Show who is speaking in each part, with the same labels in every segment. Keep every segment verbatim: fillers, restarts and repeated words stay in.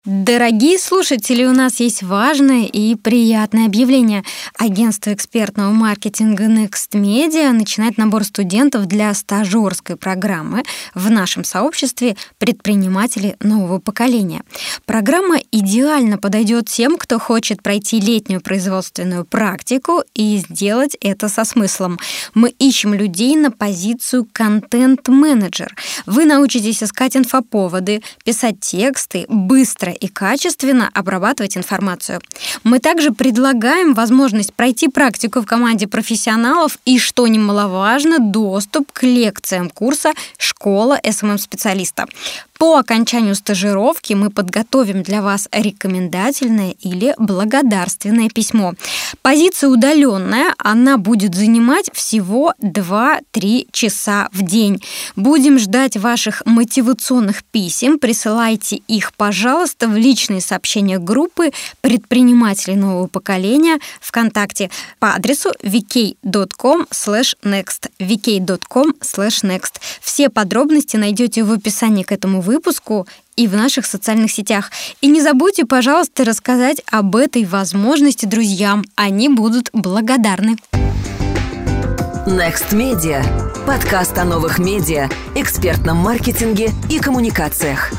Speaker 1: Дорогие слушатели, у нас есть важное и приятное объявление. Агентство экспертного маркетинга Next Media начинает набор студентов для стажерской программы в нашем сообществе «Предприниматели нового поколения». Программа идеально подойдет тем, кто хочет пройти летнюю производственную практику и сделать это со смыслом. Мы ищем людей на позицию контент-менеджер. Вы научитесь искать инфоповоды, писать тексты, быстро и качественно обрабатывать информацию. Мы также предлагаем возможность пройти практику в команде профессионалов и, что немаловажно, доступ к лекциям курса «Школа эс эм эм-специалиста». По окончанию стажировки мы подготовим для вас рекомендательное или благодарственное письмо. Позиция удаленная, она будет занимать всего два-три часа в день. Будем ждать ваших мотивационных писем. Присылайте их, пожалуйста, в личные сообщения группы «Предприниматели нового поколения» ВКонтакте по адресу ви кей точка ком слэш некст. ви кей точка ком слэш некст. Все подробности найдете в описании к этому выпуску и в наших социальных сетях. И не забудьте, пожалуйста, рассказать об этой возможности друзьям. Они будут благодарны.
Speaker 2: Next Media. Подкаст о новых медиа, экспертном маркетинге и коммуникациях.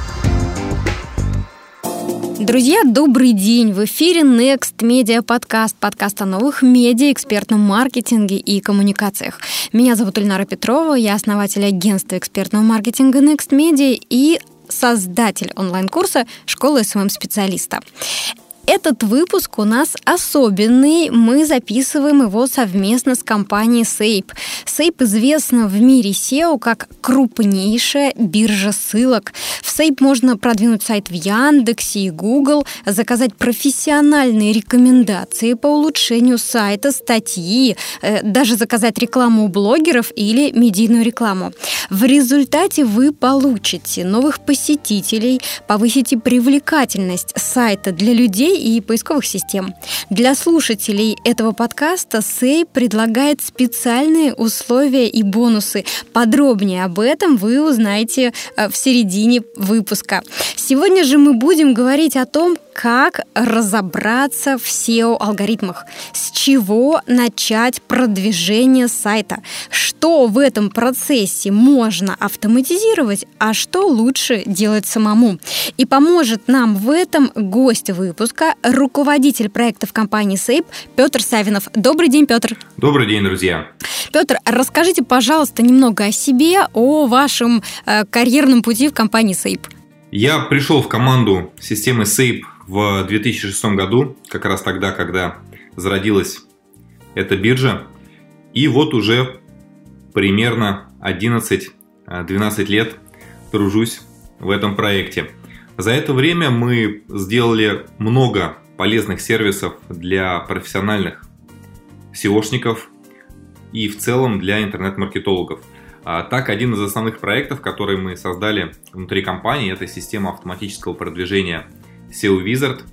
Speaker 1: Друзья, добрый день! В эфире Next Media подкаст, подкаст о новых медиа, экспертном маркетинге и коммуникациях. Меня зовут Ильнара Петрова, я основатель агентства экспертного маркетинга Next Media и создатель онлайн-курса «Школа эс эм эм-специалиста». Этот выпуск у нас особенный. Мы записываем его совместно с компанией Сейп. Сейп известна в мире сео как крупнейшая биржа ссылок. В Сейп можно продвинуть сайт в Яндексе и Google, заказать профессиональные рекомендации по улучшению сайта, статьи, даже заказать рекламу у блогеров или медийную рекламу. В результате вы получите новых посетителей, повысите привлекательность сайта для людей и поисковых систем. Для слушателей этого подкаста Сейп предлагает специальные условия и бонусы. Подробнее об этом вы узнаете в середине выпуска. Сегодня же мы будем говорить о том, как разобраться в сео-алгоритмах, с чего начать продвижение сайта, что в этом процессе можно автоматизировать, а что лучше делать самому. И поможет нам в этом гость выпуска, руководитель проектов компании Сейп Петр Савинов. Добрый день, Петр.
Speaker 3: Добрый день, друзья.
Speaker 1: Петр, расскажите, пожалуйста, немного о себе, о вашем э, карьерном пути в компании Сейп.
Speaker 3: Я пришел в команду системы Сейп в две тысячи шестом году, как раз тогда, когда зародилась эта биржа. И вот уже примерно одиннадцать-двенадцать лет тружусь в этом проекте. За это время мы сделали много полезных сервисов для профессиональных сеошников и в целом для интернет-маркетологов. А так, один из основных проектов, который мы создали внутри компании, это система автоматического продвижения сео Wizard.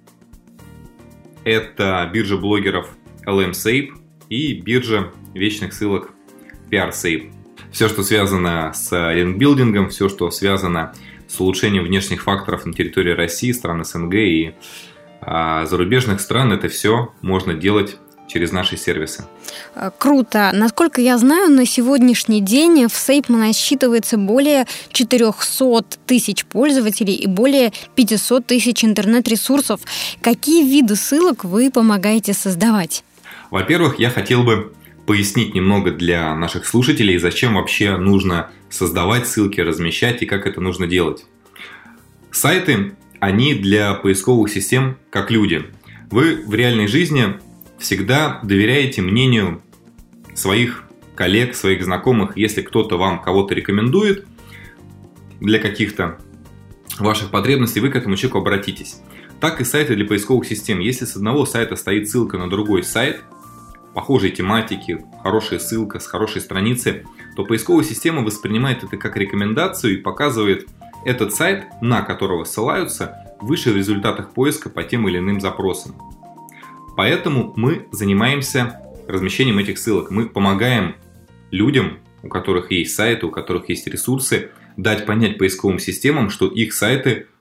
Speaker 3: Это биржа блогеров эл эм Сейп и биржа вечных ссылок пи ар Сейп. Все, что связано с линкбилдингом, все, что связано с улучшением внешних факторов на территории России, стран эс эн гэ и а, зарубежных стран, это все можно делать через наши сервисы.
Speaker 1: Круто. Насколько я знаю, на сегодняшний день в Сейп насчитывается более четыреста тысяч пользователей и более пятьсот тысяч интернет-ресурсов. Какие виды ссылок вы помогаете создавать?
Speaker 3: Во-первых, я хотел бы пояснить немного для наших слушателей, зачем вообще нужно создавать ссылки, размещать и как это нужно делать. Сайты, они для поисковых систем как люди. Вы в реальной жизни всегда доверяете мнению своих коллег, своих знакомых. Если кто-то вам кого-то рекомендует для каких-то ваших потребностей, вы к этому человеку обратитесь. Так и сайты для поисковых систем. Если с одного сайта стоит ссылка на другой сайт, похожей тематики, хорошая ссылка с хорошей страницы, то поисковая система воспринимает это как рекомендацию и показывает этот сайт, на которого ссылаются, выше в результатах поиска по тем или иным запросам. Поэтому мы занимаемся размещением этих ссылок. Мы помогаем людям, у которых есть сайты, у которых есть ресурсы, дать понять поисковым системам, что их сайты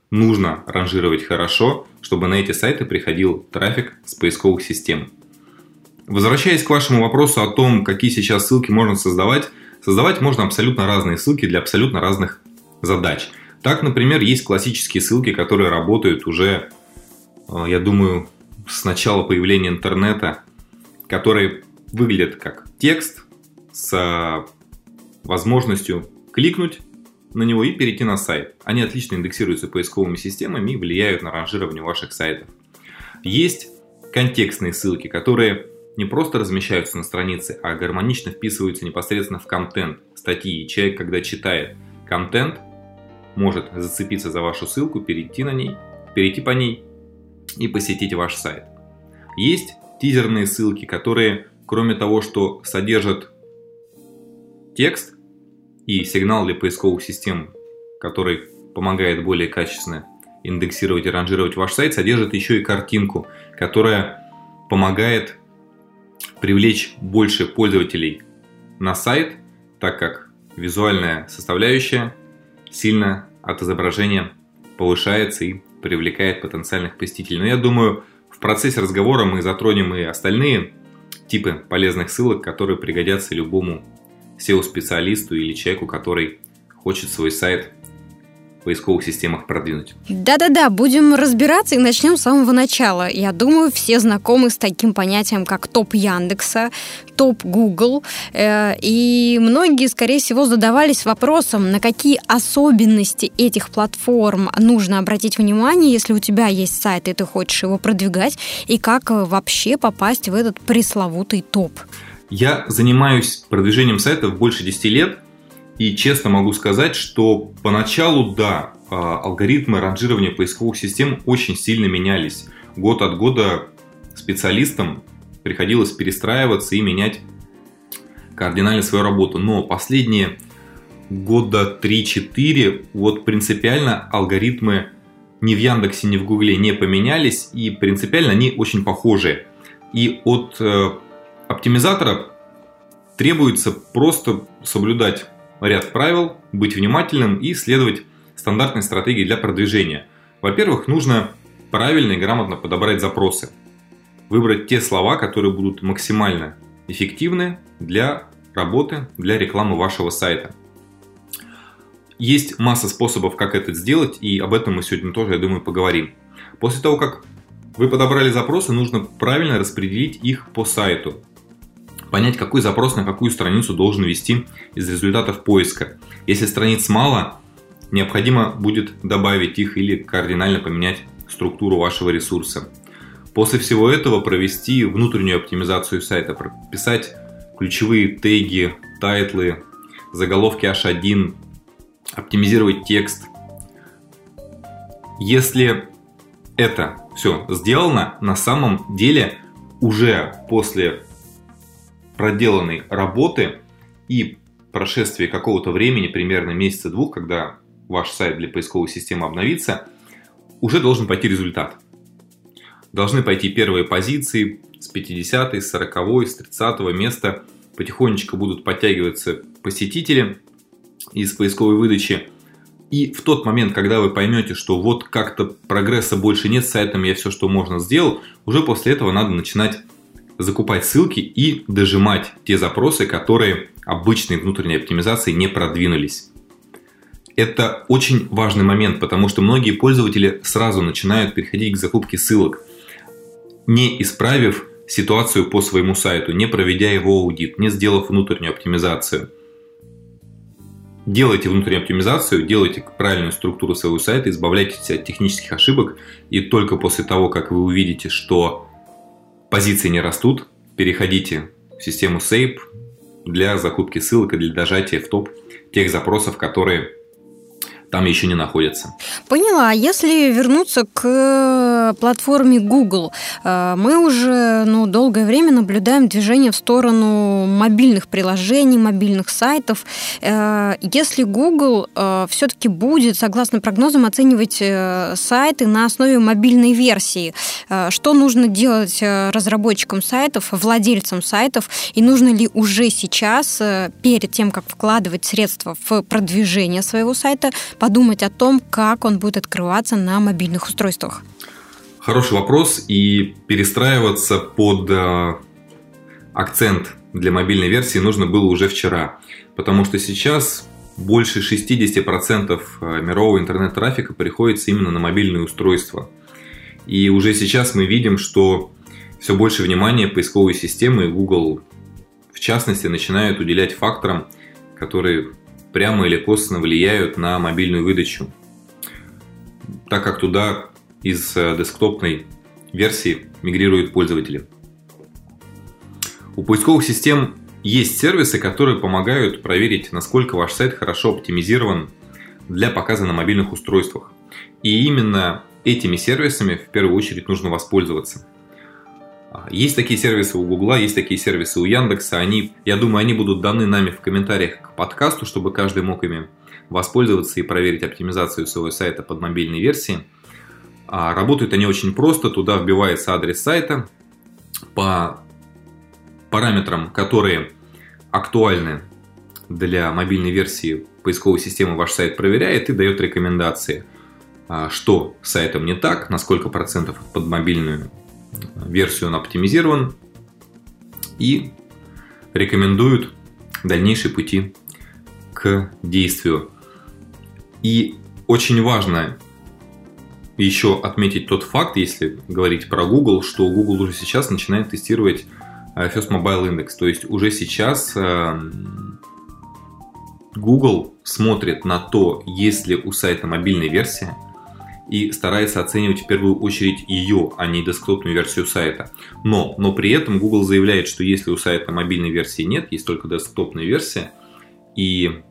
Speaker 3: нужно ранжировать хорошо, чтобы на эти сайты приходил трафик с поисковых систем. Возвращаясь к вашему вопросу о том, какие сейчас ссылки можно создавать, создавать можно абсолютно разные ссылки для абсолютно разных задач. Так, например, есть классические ссылки, которые работают уже, я думаю, с начала появления интернета, которые выглядят как текст с возможностью кликнуть на него и перейти на сайт. Они отлично индексируются поисковыми системами и влияют на ранжирование ваших сайтов. Есть контекстные ссылки, которые не просто размещаются на странице, а гармонично вписываются непосредственно в контент статьи. И человек, когда читает контент, может зацепиться за вашу ссылку, перейти на ней, перейти по ней и посетить ваш сайт. Есть тизерные ссылки, которые, кроме того, что содержат текст и сигнал для поисковых систем, который помогает более качественно индексировать и ранжировать ваш сайт, содержит еще и картинку, которая помогает привлечь больше пользователей на сайт, так как визуальная составляющая сильно от изображения повышается и привлекает потенциальных посетителей. Но я думаю, в процессе разговора мы затронем и остальные типы полезных ссылок, которые пригодятся любому сео-специалисту или человеку, который хочет свой сайт в поисковых системах продвинуть.
Speaker 1: Да-да-да, будем разбираться и начнем с самого начала. Я думаю, все знакомы с таким понятием, как топ Яндекса, топ Google. И многие, скорее всего, задавались вопросом, на какие особенности этих платформ нужно обратить внимание, если у тебя есть сайт, и ты хочешь его продвигать, и как вообще попасть в этот пресловутый топ.
Speaker 3: Я занимаюсь продвижением сайтов больше десяти лет, и честно могу сказать, что поначалу, да, алгоритмы ранжирования поисковых систем очень сильно менялись. Год от года специалистам приходилось перестраиваться и менять кардинально свою работу. Но последние года три-четыре вот принципиально алгоритмы ни в Яндексе, ни в Гугле не поменялись, и принципиально они очень похожи. И от э, оптимизатора требуется просто соблюдать ряд правил, быть внимательным и следовать стандартной стратегии для продвижения. Во-первых, нужно правильно и грамотно подобрать запросы. Выбрать те слова, которые будут максимально эффективны для работы, для рекламы вашего сайта. Есть масса способов, как это сделать, и об этом мы сегодня тоже, я думаю, поговорим. После того, как вы подобрали запросы, нужно правильно распределить их по сайту. Понять, какой запрос на какую страницу должен вести из результатов поиска. Если страниц мало, необходимо будет добавить их или кардинально поменять структуру вашего ресурса. После всего этого провести внутреннюю оптимизацию сайта, прописать ключевые теги, тайтлы, заголовки эйч один, оптимизировать текст. Если это все сделано, на самом деле уже после проделанной работы и прошествии какого-то времени, примерно месяца-двух, когда ваш сайт для поисковой системы обновится, уже должен пойти результат. Должны пойти первые позиции с пятидесятого, с сорокового, с тридцатого места. Потихонечку будут подтягиваться посетители из поисковой выдачи. И в тот момент, когда вы поймете, что вот как-то прогресса больше нет с сайтом, я все, что можно, сделал, уже после этого надо начинать закупать ссылки и дожимать те запросы, которые обычной внутренней оптимизацией не продвинулись. Это очень важный момент, потому что многие пользователи сразу начинают переходить к закупке ссылок, не исправив ситуацию по своему сайту, не проведя его аудит, не сделав внутреннюю оптимизацию. Делайте внутреннюю оптимизацию, делайте правильную структуру своего сайта, избавляйтесь от технических ошибок, и только после того, как вы увидите, что позиции не растут, переходите в систему сейп для закупки ссылок и для дожатия в топ тех запросов, которые там еще не находятся.
Speaker 1: Поняла. Если вернуться к к платформе Google. Мы уже ну, долгое время наблюдаем движение в сторону мобильных приложений, мобильных сайтов. Если Google все-таки будет, согласно прогнозам, оценивать сайты на основе мобильной версии, что нужно делать разработчикам сайтов, владельцам сайтов, и нужно ли уже сейчас, перед тем, как вкладывать средства в продвижение своего сайта, подумать о том, как он будет открываться на мобильных устройствах?
Speaker 3: Хороший вопрос, и перестраиваться под э, акцент для мобильной версии нужно было уже вчера, потому что сейчас больше шестьдесят процентов мирового интернет-трафика приходится именно на мобильные устройства. И уже сейчас мы видим, что все больше внимания поисковые системы Google, в частности, начинают уделять факторам, которые прямо или косвенно влияют на мобильную выдачу, так как туда из десктопной версии мигрируют пользователи. У поисковых систем есть сервисы, которые помогают проверить, насколько ваш сайт хорошо оптимизирован для показа на мобильных устройствах. И именно этими сервисами в первую очередь нужно воспользоваться. Есть такие сервисы у Гугла, есть такие сервисы у Яндекса. Они, я думаю, они будут даны нами в комментариях к подкасту, чтобы каждый мог ими воспользоваться и проверить оптимизацию своего сайта под мобильной версии. Работают они очень просто. Туда вбивается адрес сайта по параметрам, которые актуальны для мобильной версии поисковой системы, ваш сайт проверяет и дает рекомендации, что с сайтом не так, на сколько процентов под мобильную версию он оптимизирован, и рекомендуют дальнейшие пути к действию. И очень важно еще отметить тот факт, если говорить про Google, что Google уже сейчас начинает тестировать First Mobile Index. То есть уже сейчас Google смотрит на то, есть ли у сайта мобильная версия, и старается оценивать в первую очередь ее, а не десктопную версию сайта. Но, но при этом Google заявляет, что если у сайта мобильной версии нет, есть только десктопная версия, и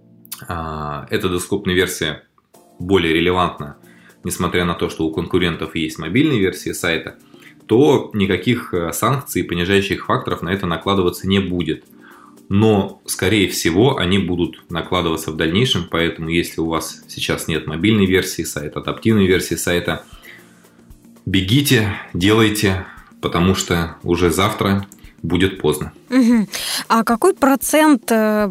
Speaker 3: а, эта десктопная версия более релевантна, несмотря на то, что у конкурентов есть мобильная версия сайта, то никаких санкций и понижающих факторов на это накладываться не будет. Но, скорее всего, они будут накладываться в дальнейшем, поэтому если у вас сейчас нет мобильной версии сайта, адаптивной версии сайта, бегите, делайте, потому что уже завтра будет поздно.
Speaker 1: Угу. А какой процент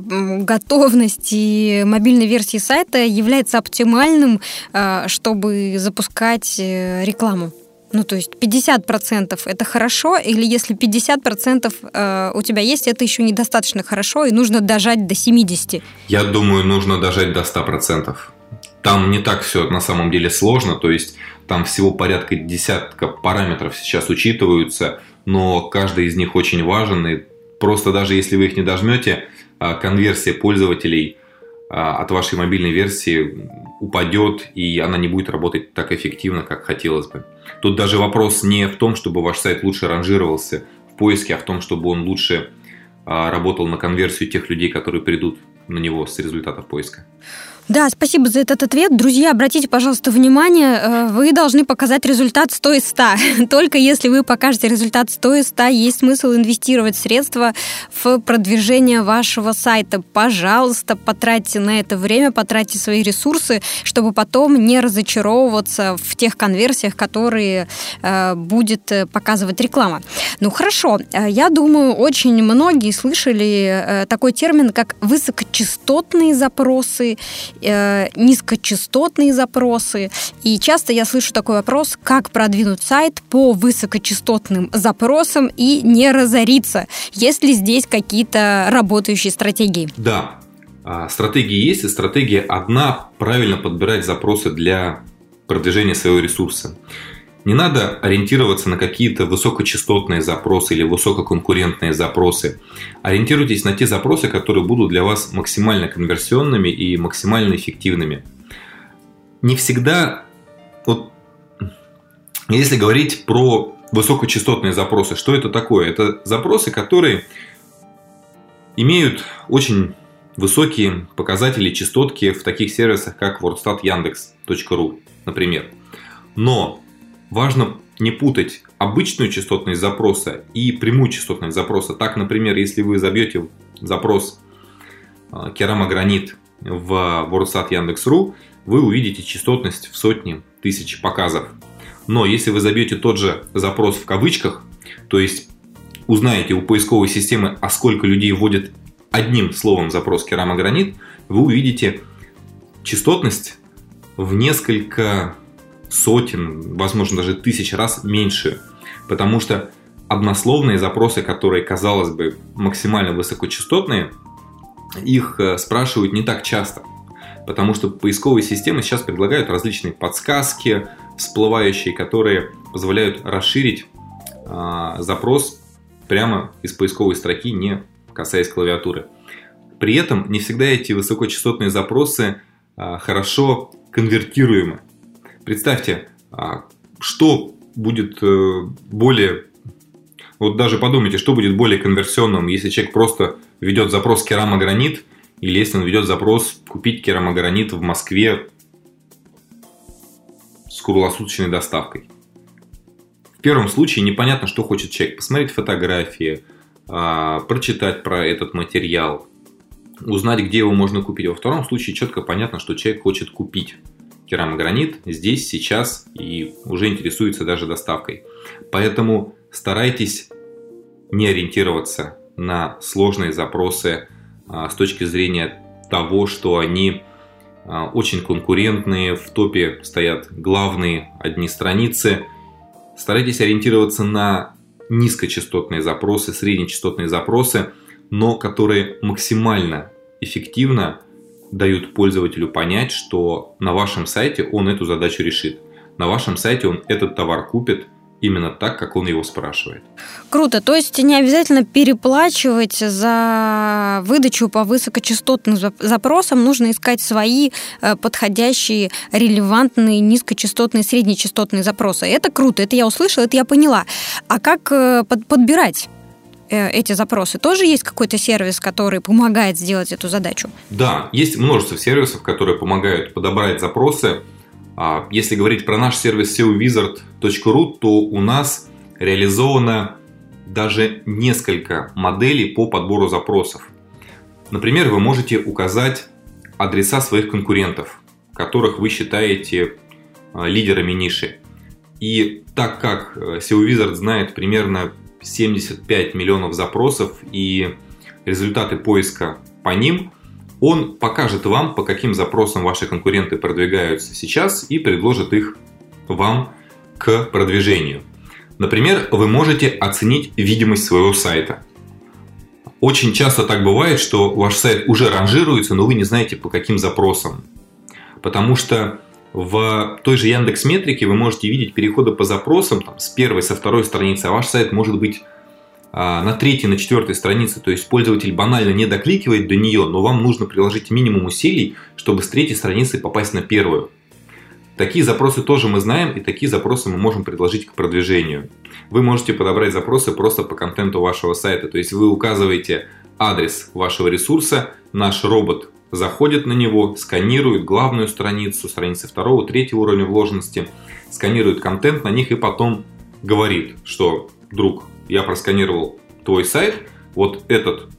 Speaker 1: готовности мобильной версии сайта является оптимальным, чтобы запускать рекламу? Ну, то есть пятьдесят процентов это хорошо, или если пятьдесят процентов э, у тебя есть, это еще недостаточно хорошо, и нужно дожать до семидесяти процентов?
Speaker 3: Я думаю, нужно дожать до ста процентов. Там не так все на самом деле сложно, то есть там всего порядка десятка параметров сейчас учитываются, но каждый из них очень важен, и просто даже если вы их не дожмете, конверсия пользователей от вашей мобильной версии упадет, и она не будет работать так эффективно, как хотелось бы. Тут даже вопрос не в том, чтобы ваш сайт лучше ранжировался в поиске, а в том, чтобы он лучше работал на конверсию тех людей, которые придут на него с результатов поиска.
Speaker 1: Да, спасибо за этот ответ. Друзья, обратите, пожалуйста, внимание, вы должны показать результат сто из ста. Только если вы покажете результат сто из ста, есть смысл инвестировать средства в продвижение вашего сайта. Пожалуйста, потратьте на это время, потратьте свои ресурсы, чтобы потом не разочаровываться в тех конверсиях, которые э, будет показывать реклама. Ну, хорошо. Я думаю, очень многие слышали э, такой термин, как высокочастотные запросы, низкочастотные запросы. И часто я слышу такой вопрос, как продвинуть сайт по высокочастотным запросам и не разориться. Есть ли здесь какие-то работающие стратегии?
Speaker 3: Да, стратегии есть, и стратегия одна – правильно подбирать запросы для продвижения своего ресурса. Не надо ориентироваться на какие-то высокочастотные запросы или высококонкурентные запросы. Ориентируйтесь на те запросы, которые будут для вас максимально конверсионными и максимально эффективными. Не всегда, вот, если говорить про высокочастотные запросы, что это такое? Это запросы, которые имеют очень высокие показатели частотки в таких сервисах, как вордстат яндекс точка ру, например. Но важно не путать обычную частотность запроса и прямую частотность запроса. Так, например, если вы забьете запрос керамогранит в WordStat Яндекс.ру, вы увидите частотность в сотни тысяч показов. Но если вы забьете тот же запрос в кавычках, то есть узнаете у поисковой системы, а сколько людей вводят одним словом запрос керамогранит, вы увидите частотность в несколько сотен, возможно, даже тысяч раз меньше. Потому что однословные запросы, которые, казалось бы, максимально высокочастотные, их спрашивают не так часто. Потому что поисковые системы сейчас предлагают различные подсказки, всплывающие, которые позволяют расширить э, запрос прямо из поисковой строки, не касаясь клавиатуры. При этом не всегда эти высокочастотные запросы э, хорошо конвертируемы. Представьте, э, что будет э, более... Вот даже подумайте, что будет более конверсионным, если человек просто введет запрос керамогранит, или если он введет запрос купить керамогранит в Москве с круглосуточной доставкой. В первом случае непонятно, что хочет человек. Посмотреть фотографии, прочитать про этот материал, узнать, где его можно купить. Во втором случае четко понятно, что человек хочет купить керамогранит здесь, сейчас и уже интересуется даже доставкой. Поэтому старайтесь не ориентироваться на сложные запросы с точки зрения того, что они очень конкурентные, в топе стоят главные одни страницы. Старайтесь ориентироваться на низкочастотные запросы, среднечастотные запросы, но которые максимально эффективно дают пользователю понять, что на вашем сайте он эту задачу решит. На вашем сайте он этот товар купит именно так, как он его спрашивает.
Speaker 1: Круто. То есть не обязательно переплачивать за выдачу по высокочастотным запросам. Нужно искать свои подходящие, релевантные, низкочастотные, среднечастотные запросы. Это круто. Это я услышала, это я поняла. А как подбирать эти запросы? Тоже есть какой-то сервис, который помогает сделать эту задачу?
Speaker 3: Да, есть множество сервисов, которые помогают подобрать запросы. Если говорить про наш сервис сео визард точка ру, то у нас реализовано даже несколько моделей по подбору запросов. Например, вы можете указать адреса своих конкурентов, которых вы считаете лидерами ниши. И так как сео визард знает примерно семьдесят пять миллионов запросов и результаты поиска по ним, он покажет вам, по каким запросам ваши конкуренты продвигаются сейчас, и предложит их вам к продвижению. Например, вы можете оценить видимость своего сайта. Очень часто так бывает, что ваш сайт уже ранжируется, но вы не знаете, по каким запросам. Потому что в той же Яндекс.Метрике вы можете видеть переходы по запросам там, с первой, со второй страницы, а ваш сайт может быть на третьей, на четвертой странице, то есть пользователь банально не докликивает до нее, но вам нужно приложить минимум усилий, чтобы с третьей страницы попасть на первую. Такие запросы тоже мы знаем, и такие запросы мы можем предложить к продвижению. Вы можете подобрать запросы просто по контенту вашего сайта, то есть вы указываете адрес вашего ресурса, наш робот заходит на него, сканирует главную страницу, страницы второго, третьего уровня вложенности, сканирует контент на них и потом говорит, что, друг, я просканировал твой сайт, вот этот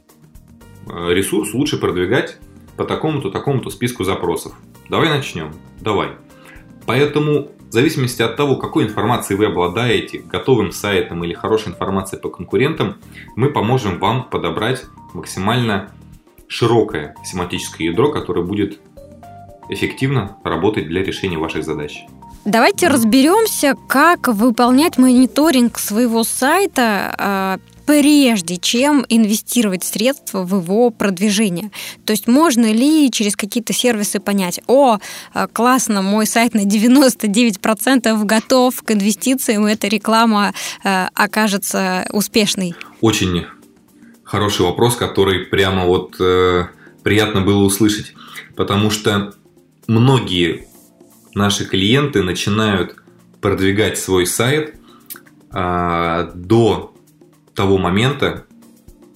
Speaker 3: ресурс лучше продвигать по такому-то, такому-то списку запросов. Давай начнем. Давай. Поэтому в зависимости от того, какой информацией вы обладаете, готовым сайтом или хорошей информацией по конкурентам, мы поможем вам подобрать максимально широкое семантическое ядро, которое будет эффективно работать для решения ваших задач.
Speaker 1: Давайте разберемся, как выполнять мониторинг своего сайта, прежде чем инвестировать средства в его продвижение. То есть можно ли через какие-то сервисы понять: о, классно, мой сайт на девяносто девять процентов готов к инвестициям, и эта реклама окажется успешной?
Speaker 3: Очень хороший вопрос, который прямо вот э, приятно было услышать, потому что многие наши клиенты начинают продвигать свой сайт а, до того момента,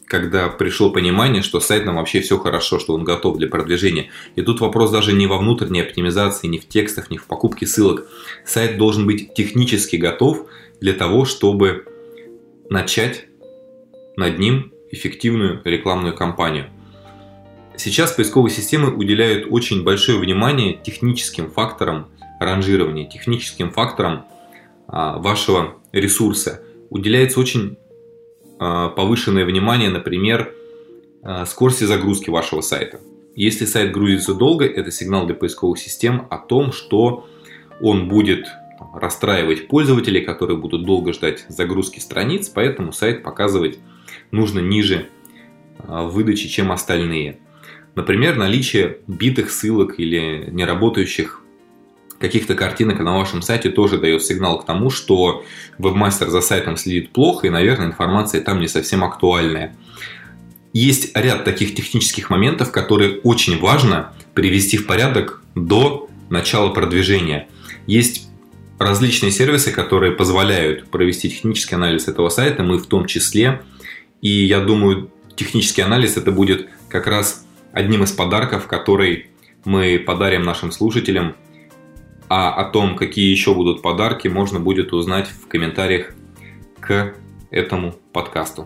Speaker 3: когда пришло понимание, что с сайтом вообще все хорошо, что он готов для продвижения. И тут вопрос даже не во внутренней оптимизации, не в текстах, не в покупке ссылок. Сайт должен быть технически готов для того, чтобы начать над ним эффективную рекламную кампанию. Сейчас поисковые системы уделяют очень большое внимание техническим факторам ранжирования, техническим факторам а, вашего ресурса. Уделяется очень а, повышенное внимание, например, а, скорости загрузки вашего сайта. Если сайт грузится долго, это сигнал для поисковых систем о том, что он будет расстраивать пользователей, которые будут долго ждать загрузки страниц, поэтому сайт показывать нужно ниже а, выдачи, чем остальные. Например, наличие битых ссылок или неработающих каких-то картинок на вашем сайте тоже дает сигнал к тому, что вебмастер за сайтом следит плохо и, наверное, информация там не совсем актуальная. Есть ряд таких технических моментов, которые очень важно привести в порядок до начала продвижения. Есть различные сервисы, которые позволяют провести технический анализ этого сайта, мы в том числе. И я думаю, технический анализ это будет как раз одним из подарков, который мы подарим нашим слушателям. А о том, какие еще будут подарки, можно будет узнать в комментариях к этому подкасту.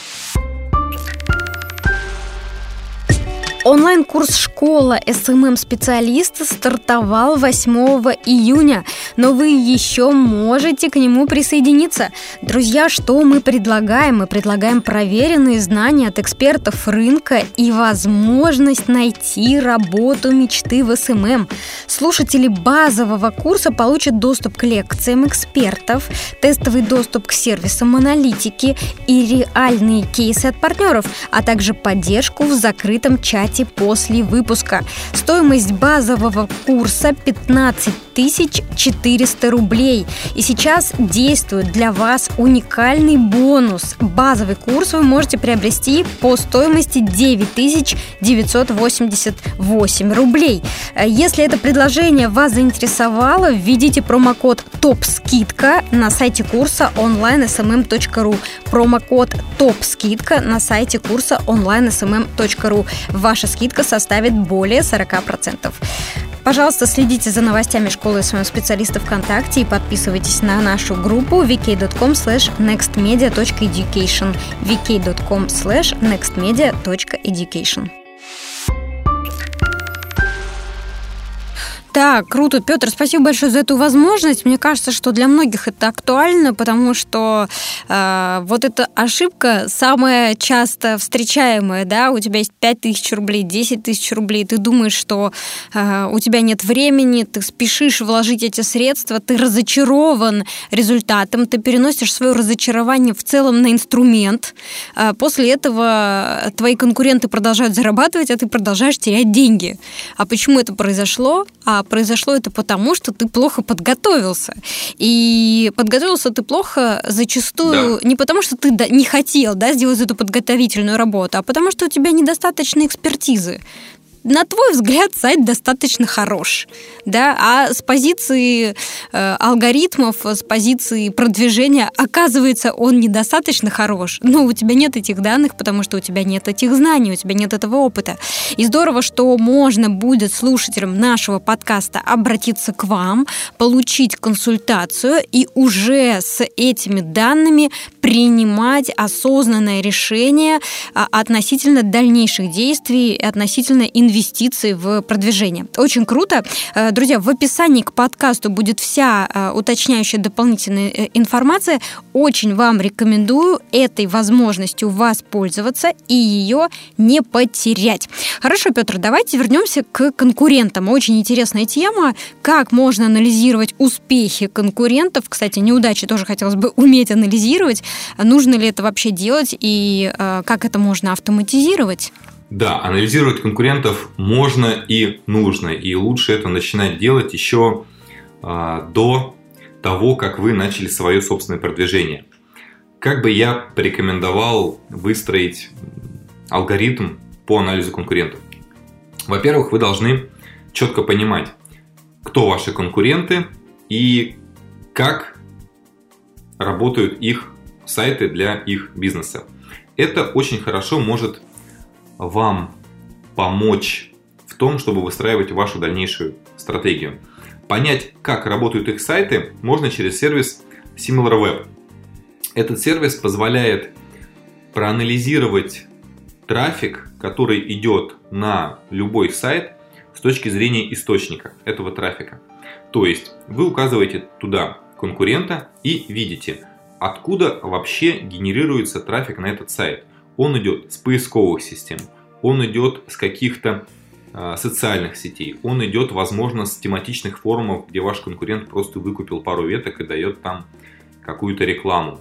Speaker 1: Онлайн-курс «Школа эс эм эм-специалиста» стартовал восьмого июня, но вы еще можете к нему присоединиться. Друзья, что мы предлагаем? Мы предлагаем проверенные знания от экспертов рынка и возможность найти работу мечты в эс эм эм. Слушатели базового курса получат доступ к лекциям экспертов, тестовый доступ к сервисам аналитики и реальные кейсы от партнеров, а также поддержку в закрытом чате после выпуска. Стоимость базового курса пятнадцать тысяч четыреста рублей. И сейчас действует для вас уникальный бонус. Базовый курс вы можете приобрести по стоимости девять тысяч девятьсот восемьдесят восемь рублей. Если это предложение вас заинтересовало, введите промокод ТОПСКИДКА на сайте курса онлайн эс эм эм точка ру. Промокод ТОПСКИДКА на сайте курса онлайн эс эм эм точка ру. Ваша скидка составит более сорок процентов. Пожалуйста, следите за новостями школы эс эм эм-специалиста ВКонтакте и подписывайтесь на нашу группу ви кей точка ком слэш некст медиа точка эдьюкейшн ви кей точка ком слэш некст медиа точка эдьюкейшн. Так, круто, Петр, спасибо большое за эту возможность. Мне кажется, что для многих это актуально, потому что э, вот эта ошибка самая часто встречаемая, да, у тебя есть пять тысяч рублей, десять тысяч рублей, ты думаешь, что э, у тебя нет времени, ты спешишь вложить эти средства, ты разочарован результатом, ты переносишь свое разочарование в целом на инструмент, э, после этого твои конкуренты продолжают зарабатывать, а ты продолжаешь терять деньги. А почему это произошло? А произошло это потому, что ты плохо подготовился. И подготовился ты плохо зачастую да. не потому, что ты не хотел да, сделать эту подготовительную работу, а потому, что у тебя недостаточно экспертизы. На твой взгляд, сайт достаточно хорош, да, а с позиции э, алгоритмов, с позиции продвижения, оказывается, он недостаточно хорош, но у тебя нет этих данных, потому что у тебя нет этих знаний, у тебя нет этого опыта. И здорово, что можно будет слушателям нашего подкаста обратиться к вам, получить консультацию и уже с этими данными принимать осознанное решение относительно дальнейших действий, относительно инвестиций инвестиций в продвижение. Очень круто. Друзья, в описании к подкасту будет вся уточняющая дополнительная информация. Очень вам рекомендую этой возможностью воспользоваться и ее не потерять. Хорошо, Петр, давайте вернемся к конкурентам. Очень интересная тема. Как можно анализировать успехи конкурентов? Кстати, неудачи тоже хотелось бы уметь анализировать. Нужно ли это вообще делать и как это можно автоматизировать?
Speaker 3: Да, анализировать конкурентов можно и нужно, и лучше это начинать делать еще а, до того, как вы начали свое собственное продвижение. Как бы я порекомендовал выстроить алгоритм по анализу конкурентов? Во-первых, вы должны четко понимать, кто ваши конкуренты и как работают их сайты для их бизнеса. Это очень хорошо может вам помочь в том, чтобы выстраивать вашу дальнейшую стратегию. Понять, как работают их сайты, можно через сервис SimilarWeb. Этот сервис позволяет проанализировать трафик, который идет на любой сайт с точки зрения источника этого трафика. То есть вы указываете туда конкурента и видите, откуда вообще генерируется трафик на этот сайт. Он идет с поисковых систем, он идет с каких-то э, социальных сетей, он идет, возможно, с тематичных форумов, где ваш конкурент просто выкупил пару веток и дает там какую-то рекламу.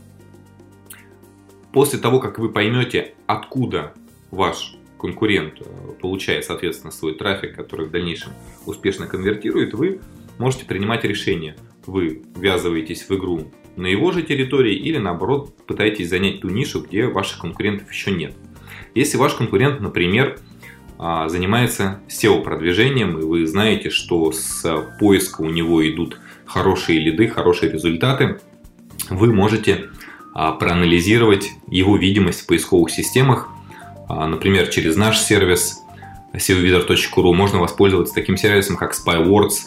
Speaker 3: После того, как вы поймете, откуда ваш конкурент получает, соответственно, свой трафик, который в дальнейшем успешно конвертирует, вы можете принимать решение. Вы ввязываетесь в игру на его же территории или, наоборот, пытаетесь занять ту нишу, где ваших конкурентов еще нет. Если ваш конкурент, например, занимается сео-продвижением, и вы знаете, что с поиска у него идут хорошие лиды, хорошие результаты, вы можете проанализировать его видимость в поисковых системах. Например, через наш сервис сео визор точка ру можно воспользоваться таким сервисом, как SpyWords,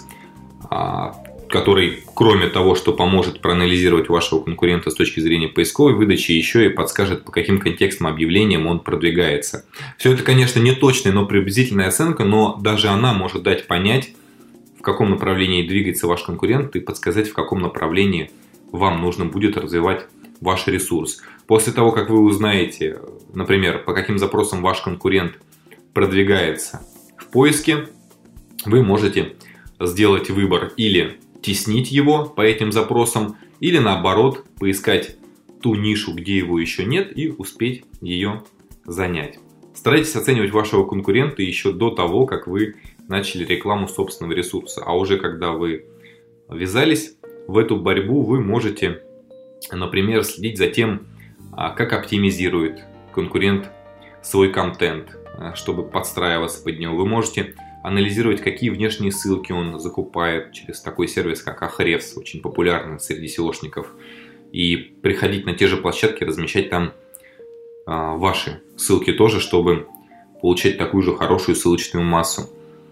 Speaker 3: который, кроме того, что поможет проанализировать вашего конкурента с точки зрения поисковой выдачи, еще и подскажет, по каким контекстным объявлениям он продвигается. Все это, конечно, не точная, но приблизительная оценка, но даже она может дать понять, в каком направлении двигается ваш конкурент и подсказать, в каком направлении вам нужно будет развивать ваш ресурс. После того, как вы узнаете, например, по каким запросам ваш конкурент продвигается в поиске, вы можете сделать выбор или теснить его по этим запросам, или наоборот поискать ту нишу, где его еще нет, и успеть ее занять. Старайтесь оценивать вашего конкурента еще до того, как вы начали рекламу собственного ресурса. А уже когда вы ввязались в эту борьбу, вы можете, например, следить за тем, как оптимизирует конкурент свой контент, чтобы подстраиваться под него. Вы можете анализировать, какие внешние ссылки он закупает через такой сервис, как Ahrefs, очень популярный среди сеошников, и приходить на те же площадки, размещать там а, ваши ссылки тоже, чтобы получать такую же хорошую ссылочную массу.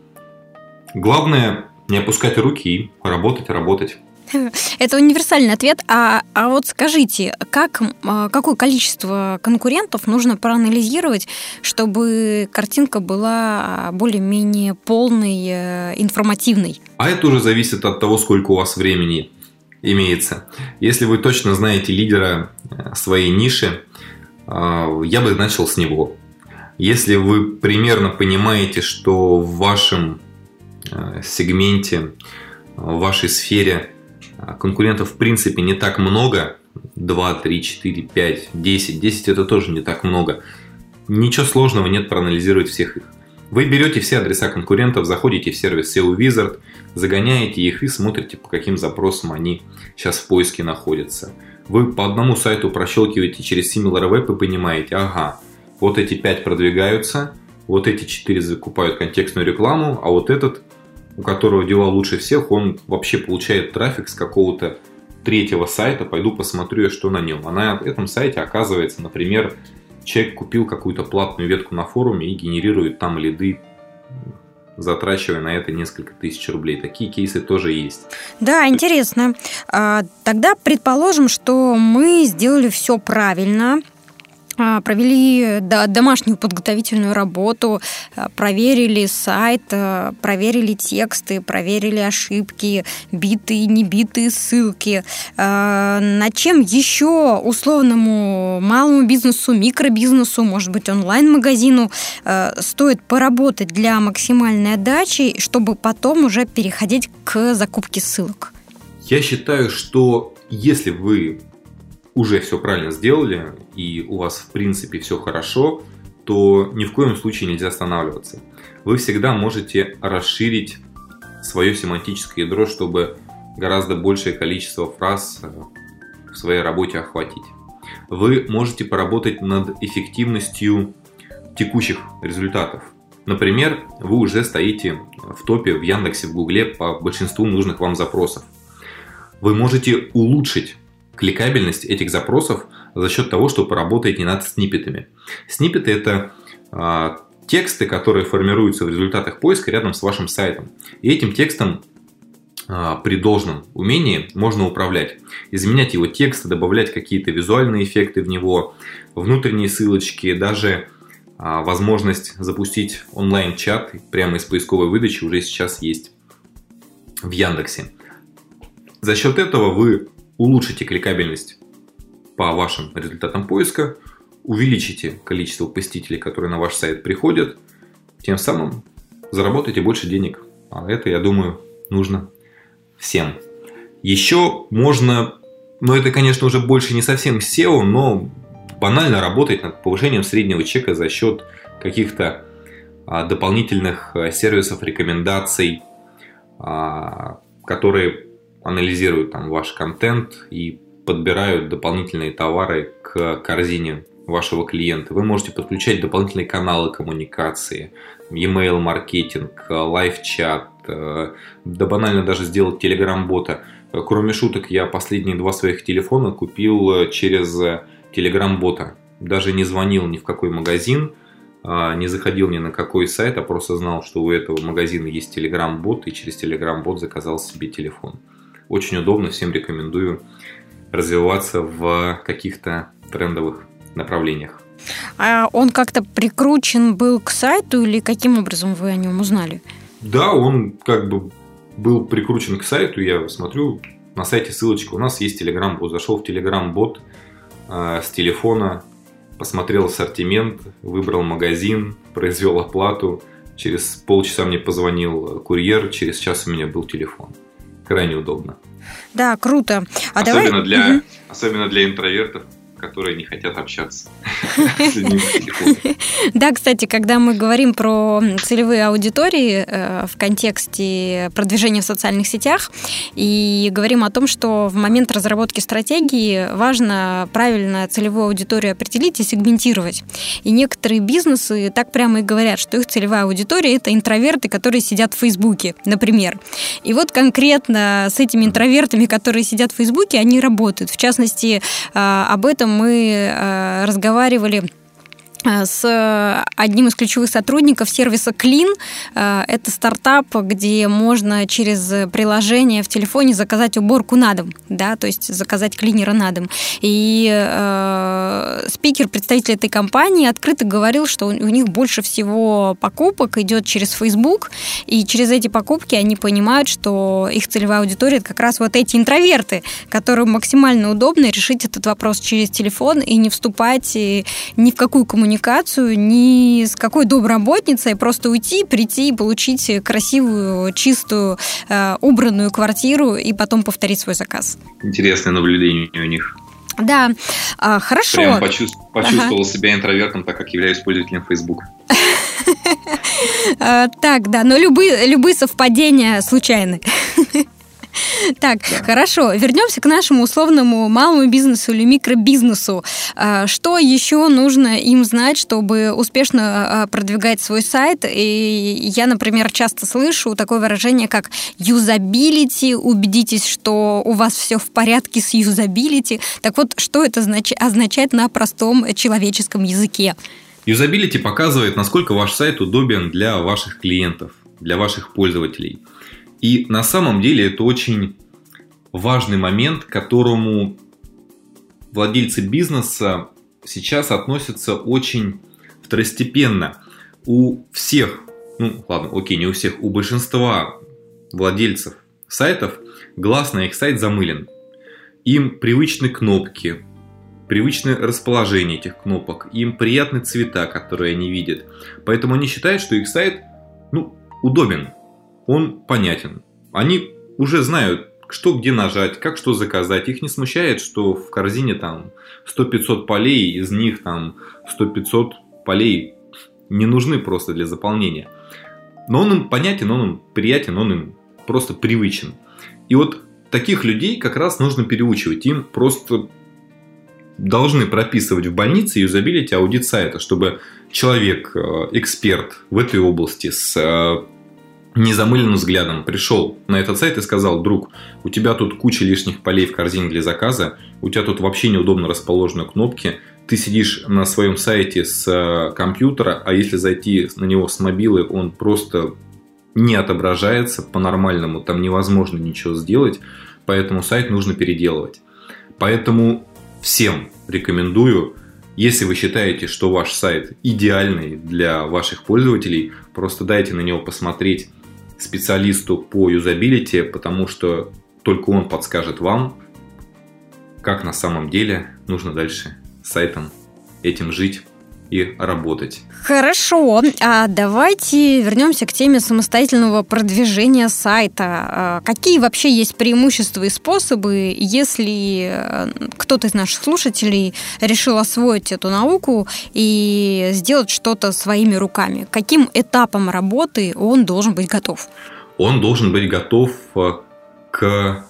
Speaker 3: Главное не опускать руки и работать, работать.
Speaker 1: Это универсальный ответ. А, а вот скажите, как, какое количество конкурентов нужно проанализировать, чтобы картинка была более-менее полной, информативной?
Speaker 3: А это уже зависит от того, сколько у вас времени имеется. Если вы точно знаете лидера своей ниши, я бы начал с него. Если вы примерно понимаете, что в вашем сегменте, в вашей сфере конкурентов в принципе не так много, два, три, четыре, пять, десять, десять это тоже не так много, ничего сложного нет проанализировать всех их. Вы берете все адреса конкурентов, заходите в сервис сео Wizard, загоняете их и смотрите, по каким запросам они сейчас в поиске находятся. Вы по одному сайту прощелкиваете через SimilarWeb и понимаете, ага, вот эти пять продвигаются, вот эти четыре закупают контекстную рекламу, а вот этот, у которого дела лучше всех, он вообще получает трафик с какого-то третьего сайта, пойду посмотрю, что на нем. А на этом сайте оказывается, например, человек купил какую-то платную ветку на форуме и генерирует там лиды, затрачивая на это несколько тысяч рублей. Такие кейсы тоже есть.
Speaker 1: Да, интересно. Тогда предположим, что мы сделали все правильно, провели домашнюю подготовительную работу, проверили сайт, проверили тексты, проверили ошибки, битые, не битые ссылки. Над чем еще условному малому бизнесу, микробизнесу, может быть, онлайн-магазину стоит поработать для максимальной отдачи, чтобы потом уже переходить к закупке ссылок?
Speaker 3: Я считаю, что если вы уже все правильно сделали, и у вас в принципе все хорошо, то ни в коем случае нельзя останавливаться. Вы всегда можете расширить свое семантическое ядро, чтобы гораздо большее количество фраз в своей работе охватить. Вы можете поработать над эффективностью текущих результатов. Например, вы уже стоите в топе в Яндексе, в Гугле по большинству нужных вам запросов. Вы можете улучшить кликабельность этих запросов за счет того, что поработаете над сниппетами. Сниппеты – это а, тексты, которые формируются в результатах поиска рядом с вашим сайтом. И этим текстом а, при должном умении можно управлять. Изменять его текст, добавлять какие-то визуальные эффекты в него, внутренние ссылочки, даже а, возможность запустить онлайн-чат прямо из поисковой выдачи уже сейчас есть в Яндексе. За счет этого вы улучшите кликабельность по вашим результатам поиска, увеличите количество посетителей, которые на ваш сайт приходят, тем самым заработаете больше денег. А это, я думаю, нужно всем. Еще можно, но это, конечно, уже больше не совсем сео, но банально работать над повышением среднего чека за счет каких-то а, дополнительных а, сервисов, рекомендаций, а, которые анализируют там ваш контент и подбирают дополнительные товары к корзине вашего клиента. Вы можете подключать дополнительные каналы коммуникации, e-mail маркетинг, лайв-чат, да банально даже сделать телеграм-бота. Кроме шуток, я последние два своих телефона купил через телеграм-бота. Даже не звонил ни в какой магазин, не заходил ни на какой сайт, а просто знал, что у этого магазина есть телеграм-бот, и через телеграм-бот заказал себе телефон. Очень удобно, всем рекомендую развиваться в каких-то трендовых направлениях.
Speaker 1: А он как-то прикручен был к сайту или каким образом вы о нем узнали?
Speaker 3: Да, он как бы был прикручен к сайту. Я смотрю, на сайте ссылочка, у нас есть телеграм-бот. Зашел в телеграм-бот э, с телефона, посмотрел ассортимент, выбрал магазин, произвел оплату. Через полчаса мне позвонил курьер, через час у меня был телефон. Крайне удобно.
Speaker 1: Да, круто. А
Speaker 3: особенно,
Speaker 1: давай...
Speaker 3: для,
Speaker 1: угу.
Speaker 3: особенно для интровертов, которые не хотят общаться.
Speaker 1: Да, кстати, когда мы говорим про целевые аудитории в контексте продвижения в социальных сетях и говорим о том, что в момент разработки стратегии важно правильно целевую аудиторию определить и сегментировать. И некоторые бизнесы так прямо и говорят, что их целевая аудитория – это интроверты, которые сидят в Фейсбуке, например. И вот конкретно с этими интровертами, которые сидят в Фейсбуке, они работают. В частности, об этом мы разговаривали с одним из ключевых сотрудников сервиса Clean. Это стартап, где можно через приложение в телефоне заказать уборку на дом, да, то есть заказать клинера на дом. И э, спикер, представитель этой компании, открыто говорил, что у них больше всего покупок идет через Facebook, и через эти покупки они понимают, что их целевая аудитория – это как раз вот эти интроверты, которым максимально удобно решить этот вопрос через телефон и не вступать ни в какую коммуникацию, ни с какой домработницей, просто уйти, прийти и получить красивую, чистую, э, убранную квартиру и потом повторить свой заказ.
Speaker 3: Интересное наблюдение у них.
Speaker 1: Да, э, хорошо.
Speaker 3: Прям почувствовал, почувствовал ага. себя интровертом, так как являюсь пользователем Facebook.
Speaker 1: Так, да, но любые, любые совпадения случайны. Так, да. Хорошо. Вернемся к нашему условному малому бизнесу или микробизнесу. Что еще нужно им знать, чтобы успешно продвигать свой сайт? И я, например, часто слышу такое выражение, как юзабилити. Убедитесь, что у вас все в порядке с юзабилити. Так вот, что это знач- означает на простом человеческом языке?
Speaker 3: Юзабилити показывает, насколько ваш сайт удобен для ваших клиентов, для ваших пользователей. И на самом деле это очень важный момент, к которому владельцы бизнеса сейчас относятся очень второстепенно. У всех, ну ладно, окей, не у всех, у большинства владельцев сайтов глаз на их сайт замылен. Им привычны кнопки, привычное расположение этих кнопок, им приятны цвета, которые они видят. Поэтому они считают, что их сайт, ну, удобен. Он понятен. Они уже знают, что где нажать, как что заказать. Их не смущает, что в корзине там сто-пятьсот полей, из них там сто-пятьсот полей не нужны просто для заполнения. Но он им понятен, он им приятен, он им просто привычен. И вот таких людей как раз нужно переучивать. Им просто должны прописывать в больнице юзабилити аудит сайта, чтобы человек, эксперт в этой области с незамыленным взглядом пришел на этот сайт и сказал: друг, у тебя тут куча лишних полей в корзине для заказа, у тебя тут вообще неудобно расположены кнопки, ты сидишь на своем сайте с компьютера, а если зайти на него с мобилы, он просто не отображается по-нормальному, там невозможно ничего сделать, поэтому сайт нужно переделывать. Поэтому всем рекомендую, если вы считаете, что ваш сайт идеальный для ваших пользователей, просто дайте на него посмотреть специалисту по юзабилити, потому что только он подскажет вам, как на самом деле нужно дальше с сайтом этим жить и работать.
Speaker 1: Хорошо, а давайте вернемся к теме самостоятельного продвижения сайта. Какие вообще есть преимущества и способы, если кто-то из наших слушателей решил освоить эту науку и сделать что-то своими руками? Каким этапом работы он должен быть готов?
Speaker 3: Он должен быть готов к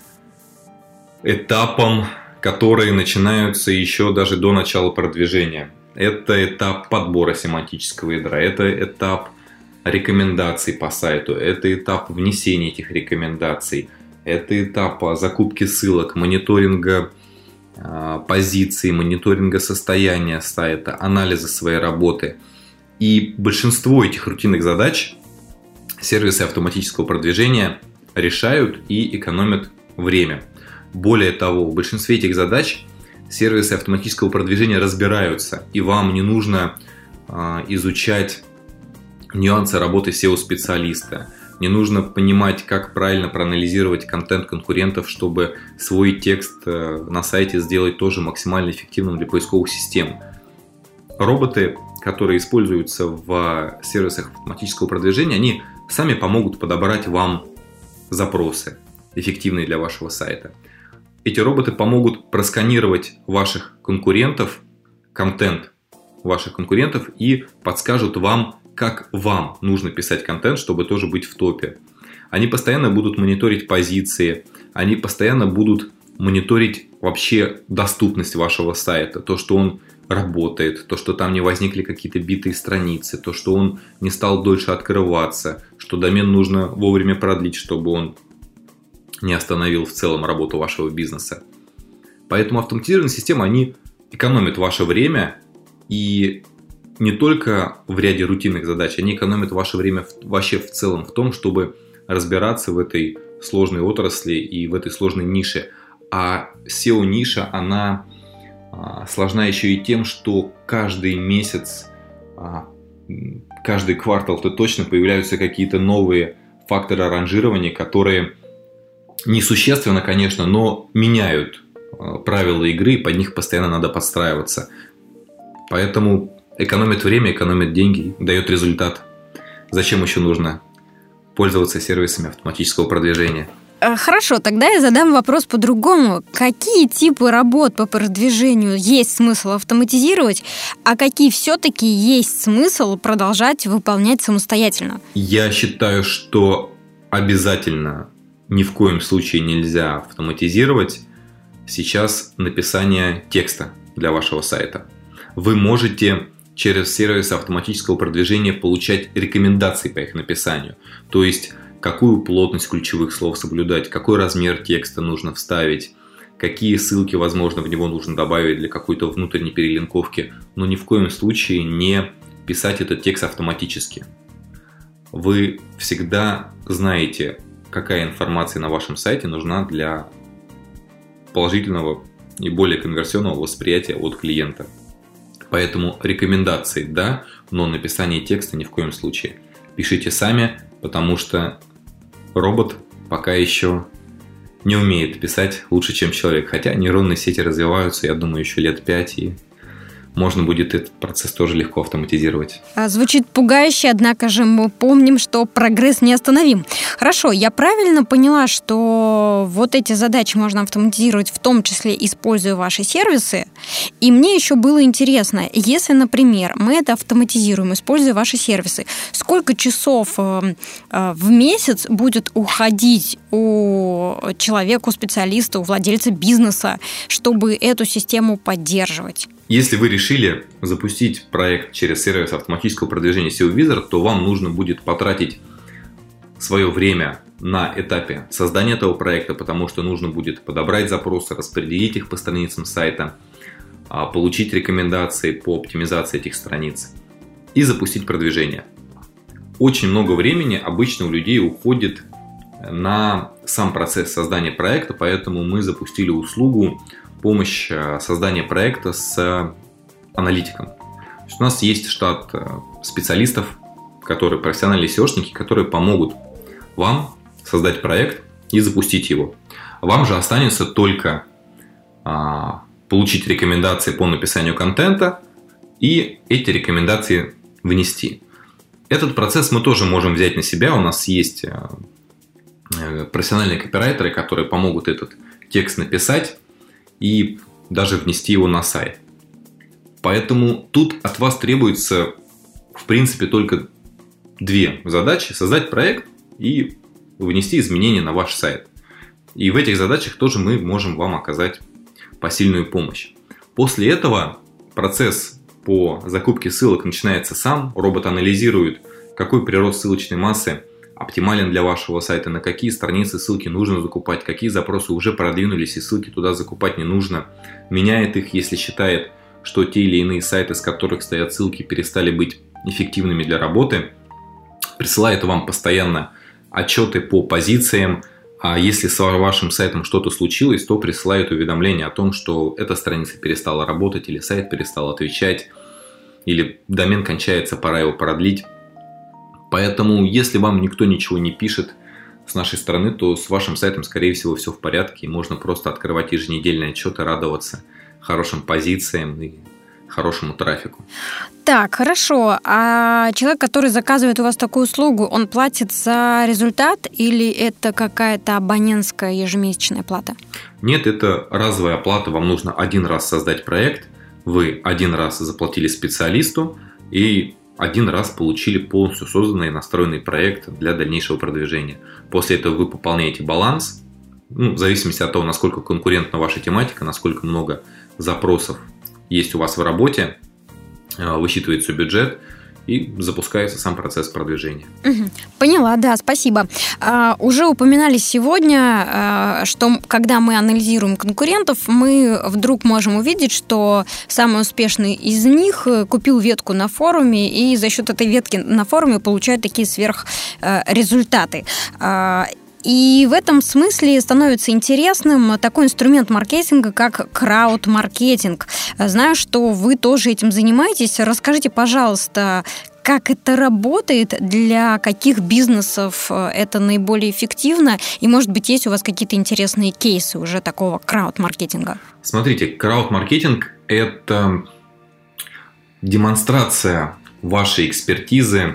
Speaker 3: этапам, которые начинаются еще даже до начала продвижения. Это этап подбора семантического ядра, это этап рекомендаций по сайту, это этап внесения этих рекомендаций, это этап закупки ссылок, мониторинга э, позиций, мониторинга состояния сайта, анализа своей работы. И большинство этих рутинных задач сервисы автоматического продвижения решают и экономят время. Более того, в большинстве этих задач сервисы автоматического продвижения разбираются, и вам не нужно э, изучать нюансы работы сео-специалиста, не нужно понимать, как правильно проанализировать контент конкурентов, чтобы свой текст э, на сайте сделать тоже максимально эффективным для поисковых систем. Роботы, которые используются в сервисах автоматического продвижения, они сами помогут подобрать вам запросы, эффективные для вашего сайта. Эти роботы помогут просканировать ваших конкурентов, контент ваших конкурентов и подскажут вам, как вам нужно писать контент, чтобы тоже быть в топе. Они постоянно будут мониторить позиции, они постоянно будут мониторить вообще доступность вашего сайта, то, что он работает, то, что там не возникли какие-то битые страницы, то, что он не стал дольше открываться, что домен нужно вовремя продлить, чтобы он не остановил в целом работу вашего бизнеса. Поэтому автоматизированные системы, они экономят ваше время, и не только в ряде рутинных задач, они экономят ваше время вообще в целом в том, чтобы разбираться в этой сложной отрасли и в этой сложной нише. А сео-ниша, она сложна еще и тем, что каждый месяц, каждый квартал-то точно появляются какие-то новые факторы ранжирования, которые несущественно, конечно, но меняют правила игры, и под них постоянно надо подстраиваться. Поэтому экономит время, экономит деньги, дает результат. Зачем еще нужно пользоваться сервисами автоматического продвижения?
Speaker 1: Хорошо, тогда я задам вопрос по-другому. Какие типы работ по продвижению есть смысл автоматизировать, а какие все-таки есть смысл продолжать выполнять самостоятельно?
Speaker 3: Я считаю, что обязательно ни в коем случае нельзя автоматизировать сейчас написание текста для вашего сайта. Вы можете через сервис автоматического продвижения получать рекомендации по их написанию. То есть, какую плотность ключевых слов соблюдать, какой размер текста нужно вставить, какие ссылки, возможно, в него нужно добавить для какой-то внутренней перелинковки. Но ни в коем случае не писать этот текст автоматически. Вы всегда знаете, какая информация на вашем сайте нужна для положительного и более конверсионного восприятия от клиента. Поэтому рекомендации да, но написание текста ни в коем случае. Пишите сами, потому что робот пока еще не умеет писать лучше, чем человек. Хотя нейронные сети развиваются, я думаю, еще лет пять, и можно будет этот процесс тоже легко автоматизировать.
Speaker 1: Звучит пугающе, однако же мы помним, что прогресс неостановим. Хорошо, я правильно поняла, что вот эти задачи можно автоматизировать, в том числе используя ваши сервисы. И мне еще было интересно, если, например, мы это автоматизируем, используя ваши сервисы, сколько часов в месяц будет уходить у человека, у специалиста, у владельца бизнеса, чтобы эту систему поддерживать?
Speaker 3: Если вы решили запустить проект через сервис автоматического продвижения сео Wizard, то вам нужно будет потратить свое время на этапе создания этого проекта, потому что нужно будет подобрать запросы, распределить их по страницам сайта, получить рекомендации по оптимизации этих страниц и запустить продвижение. Очень много времени обычно у людей уходит на сам процесс создания проекта, поэтому мы запустили услугу помощь создания проекта с аналитиком. То есть у нас есть штат специалистов, которые профессиональные сеошники, которые помогут вам создать проект и запустить его. Вам же останется только а, получить рекомендации по написанию контента и эти рекомендации внести. Этот процесс мы тоже можем взять на себя. У нас есть профессиональные копирайтеры, которые помогут этот текст написать и даже внести его на сайт. Поэтому тут от вас требуется, в принципе, только две задачи: создать проект и внести изменения на ваш сайт. И в этих задачах тоже мы можем вам оказать посильную помощь. После этого процесс по закупке ссылок начинается сам. Робот анализирует, какой прирост ссылочной массы оптимален для вашего сайта, на какие страницы ссылки нужно закупать, какие запросы уже продвинулись и ссылки туда закупать не нужно. Меняет их, если считает, что те или иные сайты, с которых стоят ссылки, перестали быть эффективными для работы. Присылает вам постоянно отчеты по позициям. А если с вашим сайтом что-то случилось, то присылает уведомление о том, что эта страница перестала работать, или сайт перестал отвечать, или домен кончается, пора его продлить. Поэтому, если вам никто ничего не пишет с нашей стороны, то с вашим сайтом, скорее всего, все в порядке. И можно просто открывать еженедельные отчеты, радоваться хорошим позициям и хорошему трафику.
Speaker 1: Так, хорошо. А человек, который заказывает у вас такую услугу, он платит за результат или это какая-то абонентская ежемесячная плата?
Speaker 3: Нет, это разовая оплата. Вам нужно один раз создать проект, вы один раз заплатили специалисту и один раз получили полностью созданный и настроенный проект для дальнейшего продвижения. После этого вы пополняете баланс, ну, в зависимости от того, насколько конкурентна ваша тематика, насколько много запросов есть у вас в работе, высчитывается бюджет и запускается сам процесс продвижения.
Speaker 1: Угу. Поняла, да, спасибо. А, уже упоминали сегодня, а, что когда мы анализируем конкурентов, мы вдруг можем увидеть, что самый успешный из них купил ветку на форуме и за счет этой ветки на форуме получает такие сверхрезультаты. А, И в этом смысле становится интересным такой инструмент маркетинга, как крауд-маркетинг. Знаю, что вы тоже этим занимаетесь. Расскажите, пожалуйста, как это работает, для каких бизнесов это наиболее эффективно, и, может быть, есть у вас какие-то интересные кейсы уже такого крауд-маркетинга?
Speaker 3: Смотрите, крауд-маркетинг – это демонстрация вашей экспертизы,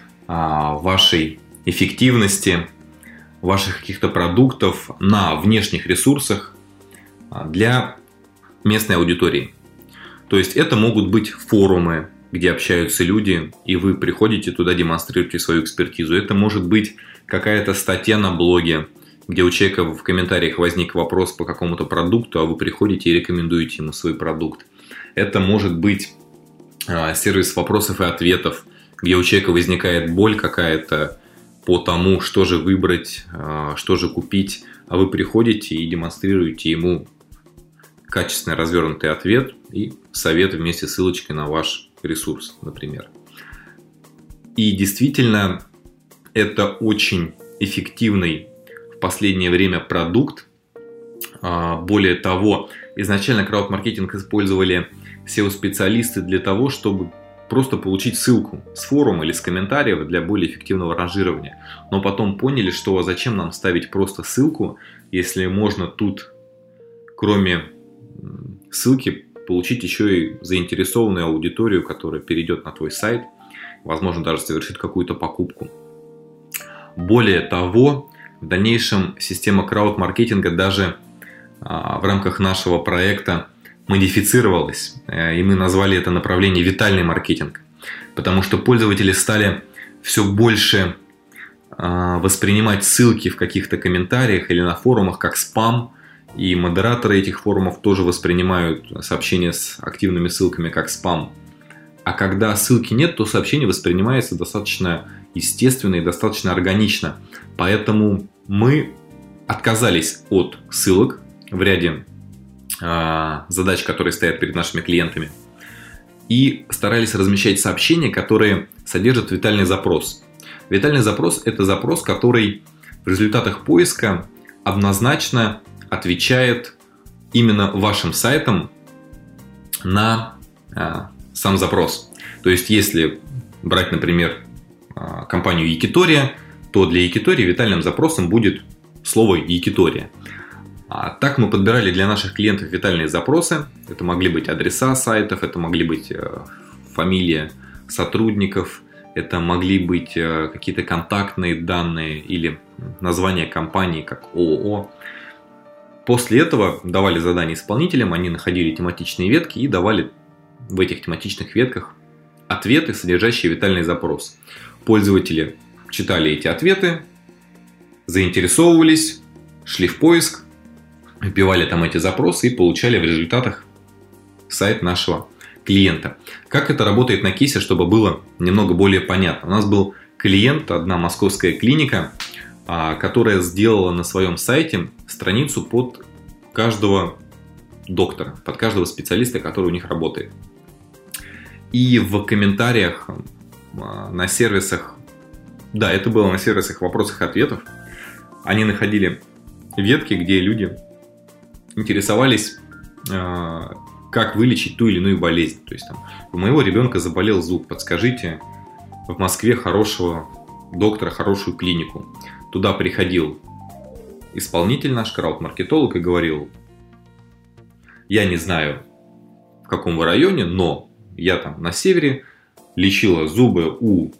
Speaker 3: вашей эффективности, ваших каких-то продуктов на внешних ресурсах для местной аудитории. То есть это могут быть форумы, где общаются люди, и вы приходите туда, демонстрируете свою экспертизу. Это может быть какая-то статья на блоге, где у человека в комментариях возник вопрос по какому-то продукту, а вы приходите и рекомендуете ему свой продукт. Это может быть сервис вопросов и ответов, где у человека возникает боль какая-то по тому, что же выбрать, что же купить, а вы приходите и демонстрируете ему качественный развернутый ответ и совет вместе с ссылочкой на ваш ресурс, например. И действительно, это очень эффективный в последнее время продукт. Более того, изначально крауд-маркетинг использовали сео-специалисты для того, чтобы просто получить ссылку с форума или с комментариев для более эффективного ранжирования. Но потом поняли, что зачем нам ставить просто ссылку, если можно тут, кроме ссылки, получить еще и заинтересованную аудиторию, которая перейдет на твой сайт, возможно, даже совершит какую-то покупку. Более того, в дальнейшем система крауд-маркетинга даже а, в рамках нашего проекта модифицировалась, и мы назвали это направление витальный маркетинг, потому что пользователи стали все больше а, воспринимать ссылки в каких-то комментариях или на форумах как спам, и модераторы этих форумов тоже воспринимают сообщения с активными ссылками как спам. А когда ссылки нет, то сообщение воспринимается достаточно естественно и достаточно органично. Поэтому мы отказались от ссылок в ряде э, задач, которые стоят перед нашими клиентами, и старались размещать сообщения, которые содержат витальный запрос. Витальный запрос – это запрос, который в результатах поиска однозначно отвечает именно вашим сайтом на э, сам запрос. То есть, если брать, например, э, компанию Якитория, то для Якитории витальным запросом будет слово Якитория. А так мы подбирали для наших клиентов витальные запросы. Это могли быть адреса сайтов, это могли быть э, фамилия сотрудников, это могли быть э, какие-то контактные данные или название компании, как ООО. После этого давали задания исполнителям, они находили тематичные ветки и давали в этих тематичных ветках ответы, содержащие витальный запрос. Пользователи читали эти ответы, заинтересовывались, шли в поиск, вбивали там эти запросы и получали в результатах сайт нашего клиента. Как это работает на кейсе, чтобы было немного более понятно? У нас был клиент, одна московская клиника, которая сделала на своем сайте страницу под каждого доктора, под каждого специалиста, который у них работает. И в комментариях на сервисах, да, это было на сервисах вопросах-ответов, они находили ветки, где люди интересовались, как вылечить ту или иную болезнь. То есть, там, у моего ребенка заболел зуб, подскажите в Москве хорошего доктора, хорошую клинику. Туда приходил исполнитель наш, крауд-маркетолог, и говорил: я не знаю, в каком вы районе, но я там на севере лечила зубы у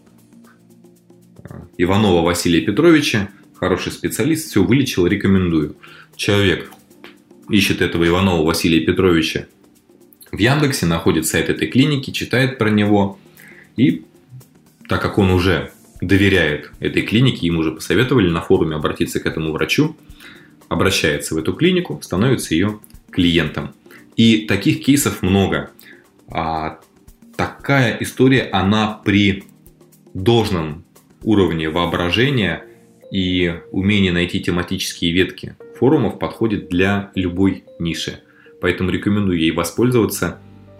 Speaker 3: Иванова Василия Петровича, хороший специалист, все вылечил, рекомендую. Человек ищет этого Иванова Василия Петровича в Яндексе, находит сайт этой клиники, читает про него, и так как он уже доверяет этой клинике, ему уже посоветовали на форуме обратиться к этому врачу, обращается в эту клинику, становится ее клиентом. И таких кейсов много. А такая история, она при должном уровне воображения и умения найти тематические ветки форумов подходит для любой ниши. Поэтому рекомендую ей воспользоваться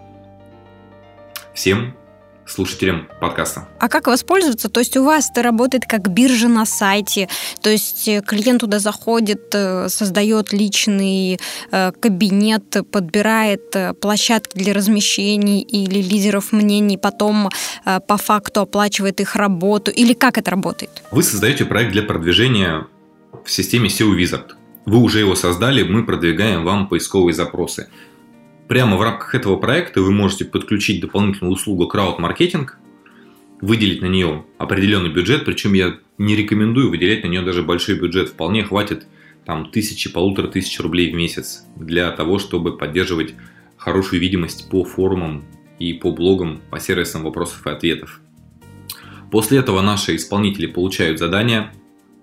Speaker 3: всем слушателям подкаста.
Speaker 1: А как воспользоваться? То есть у вас это работает как биржа на сайте, то есть клиент туда заходит, создает личный кабинет, подбирает площадки для размещений или лидеров мнений, потом по факту оплачивает их работу, или как это работает?
Speaker 3: Вы создаете проект для продвижения в системе сео Wizard. Вы уже его создали, мы продвигаем вам поисковые запросы. Прямо в рамках этого проекта вы можете подключить дополнительную услугу крауд-маркетинг, выделить на нее определенный бюджет, причем я не рекомендую выделять на нее даже большой бюджет, вполне хватит там тысячи, полутора тысяч рублей в месяц для того, чтобы поддерживать хорошую видимость по форумам и по блогам, по сервисам вопросов и ответов. После этого наши исполнители получают задания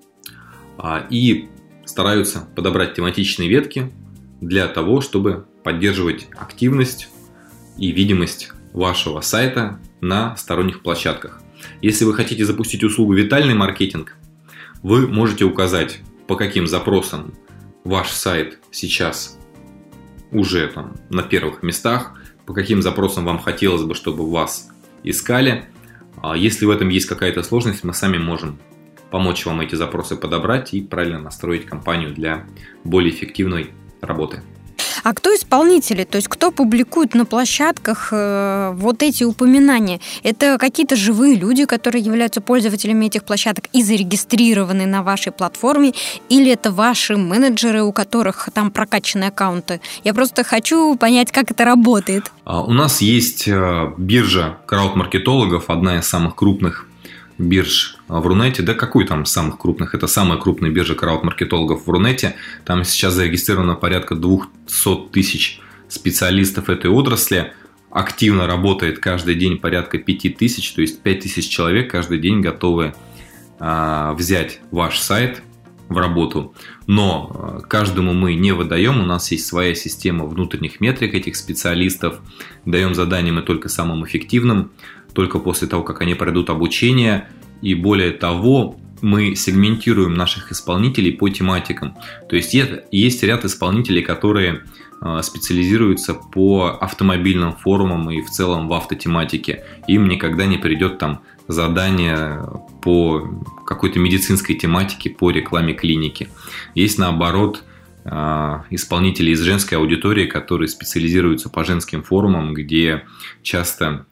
Speaker 3: и стараются подобрать тематичные ветки для того, чтобы поддерживать активность и видимость вашего сайта на сторонних площадках. Если вы хотите запустить услугу витальный маркетинг, вы можете указать, по каким запросам ваш сайт сейчас уже там на первых местах, по каким запросам вам хотелось бы, чтобы вас искали. Если в этом есть какая-то сложность, мы сами можем помочь вам эти запросы подобрать и правильно настроить компанию для более эффективной работы.
Speaker 1: А кто исполнители? То есть кто публикует на площадках э, вот эти упоминания? Это какие-то живые люди, которые являются пользователями этих площадок и зарегистрированы на вашей платформе? Или это ваши менеджеры, у которых там прокачаны аккаунты? Я просто хочу понять, как это работает.
Speaker 3: У нас есть биржа крауд-маркетологов, одна из самых крупных бирж в Рунете. Да какой там самых крупных? Это самая крупная биржа крауд-маркетологов в Рунете. Там сейчас зарегистрировано порядка двести тысяч специалистов этой отрасли. Активно работает каждый день порядка пять тысяч, то есть пять тысяч человек каждый день готовы а, взять ваш сайт в работу. Но каждому мы не выдаем. У нас есть своя система внутренних метрик этих специалистов. Даем задания мы только самым эффективным. Только после того, как они пройдут обучение И более того, мы сегментируем наших исполнителей по тематикам. То есть есть ряд исполнителей, которые специализируются по автомобильным форумам и в целом в автотематике. Им никогда не придет там задание по какой-то медицинской тематике, по рекламе клиники. Есть, наоборот, исполнители из женской аудитории, которые специализируются по женским форумам, где часто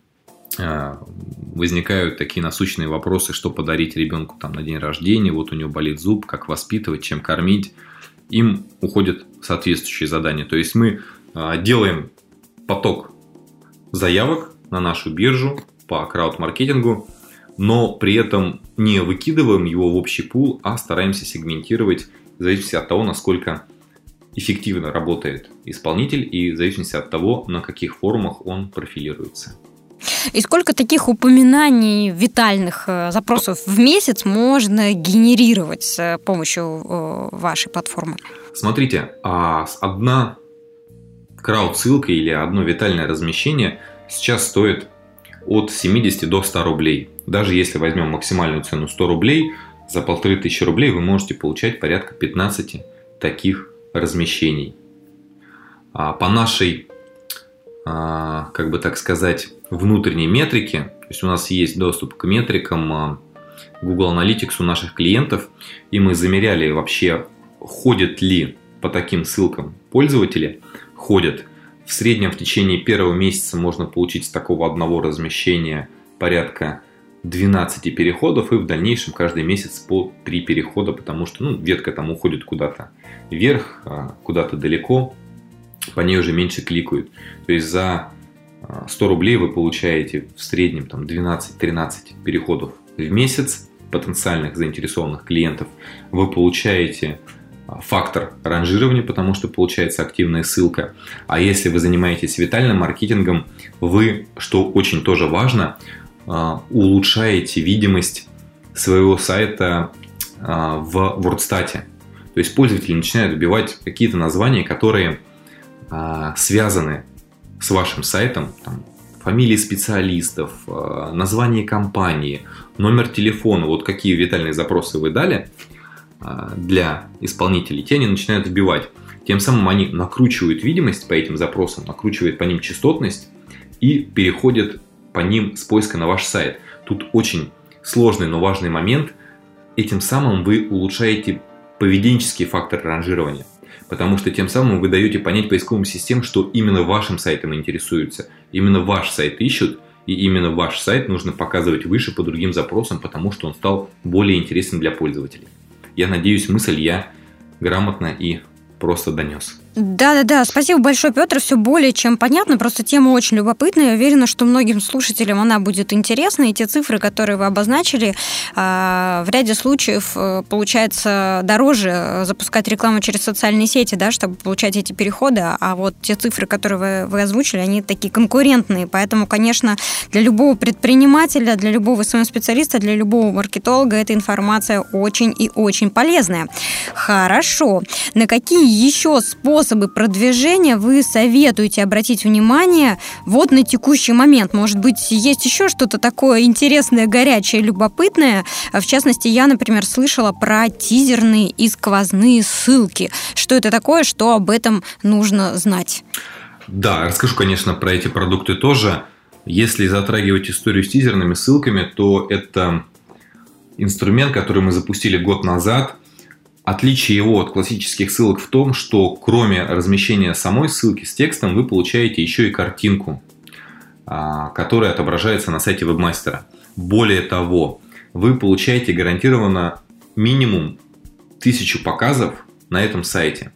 Speaker 3: возникают такие насущные вопросы, что подарить ребенку там на день рождения, вот у него болит зуб, как воспитывать, чем кормить. Им уходят соответствующие задания. То есть мы делаем поток заявок на нашу биржу по крауд-маркетингу, но при этом не выкидываем его в общий пул, а стараемся сегментировать в зависимости от того, насколько эффективно работает исполнитель и в зависимости от того, на каких форумах он профилируется.
Speaker 1: И сколько таких упоминаний витальных запросов в месяц можно генерировать с помощью вашей платформы?
Speaker 3: Смотрите, одна крауд-ссылка или одно витальное размещение сейчас стоит от семидесяти до ста рублей. Даже если возьмем максимальную цену сто рублей, за полторы тысячи рублей вы можете получать порядка пятнадцати таких размещений. По нашей, как бы так сказать, внутренней метрике, то есть у нас есть доступ к метрикам Google Analytics у наших клиентов, и мы замеряли вообще, ходят ли по таким ссылкам пользователи. Ходят. В среднем в течение первого месяца можно получить с такого одного размещения порядка двенадцати переходов, и в дальнейшем каждый месяц по три перехода, потому что ну, ветка там уходит куда-то вверх, куда-то далеко, по ней уже меньше кликают. То есть за сто рублей вы получаете в среднем там, двенадцать-тринадцать переходов в месяц потенциальных заинтересованных клиентов. Вы получаете фактор ранжирования, потому что получается активная ссылка. А если вы занимаетесь витальным маркетингом, вы, что очень тоже важно, улучшаете видимость своего сайта в Вордстате. То есть пользователи начинают вбивать какие-то названия, которые связаны с вашим сайтом, там, фамилии специалистов, название компании, номер телефона, вот какие витальные запросы вы дали для исполнителей, те они начинают вбивать. Тем самым они накручивают видимость по этим запросам, накручивают по ним частотность и переходят по ним с поиска на ваш сайт. Тут очень сложный, но важный момент. Этим самым вы улучшаете поведенческий фактор ранжирования. Потому что тем самым вы даете понять поисковым системам, что именно вашим сайтом интересуются. Именно ваш сайт ищут, и именно ваш сайт нужно показывать выше по другим запросам, потому что он стал более интересен для пользователей. Я надеюсь, мысль я грамотно и просто донес.
Speaker 1: Да-да-да, спасибо большое, Петр, все более чем понятно, просто тема очень любопытная, я уверена, что многим слушателям она будет интересна, и те цифры, которые вы обозначили, в ряде случаев получается дороже запускать рекламу через социальные сети, да, чтобы получать эти переходы, а вот те цифры, которые вы, вы озвучили, они такие конкурентные, поэтому, конечно, для любого предпринимателя, для любого своего специалиста, для любого маркетолога эта информация очень и очень полезная. Хорошо, на какие еще способы способы продвижения вы советуете обратить внимание вот на текущий момент? Может быть, есть еще что-то такое интересное, горячее, любопытное? В частности, я, например, слышала про тизерные и сквозные ссылки. Что это такое, что об этом нужно знать?
Speaker 3: Да, расскажу, конечно, про эти продукты тоже. Если затрагивать историю с тизерными ссылками, то это инструмент, который мы запустили год назад. Отличие его от классических ссылок в том, что кроме размещения самой ссылки с текстом, вы получаете еще и картинку, которая отображается на сайте вебмастера. Более того, вы получаете гарантированно минимум тысячу показов на этом сайте.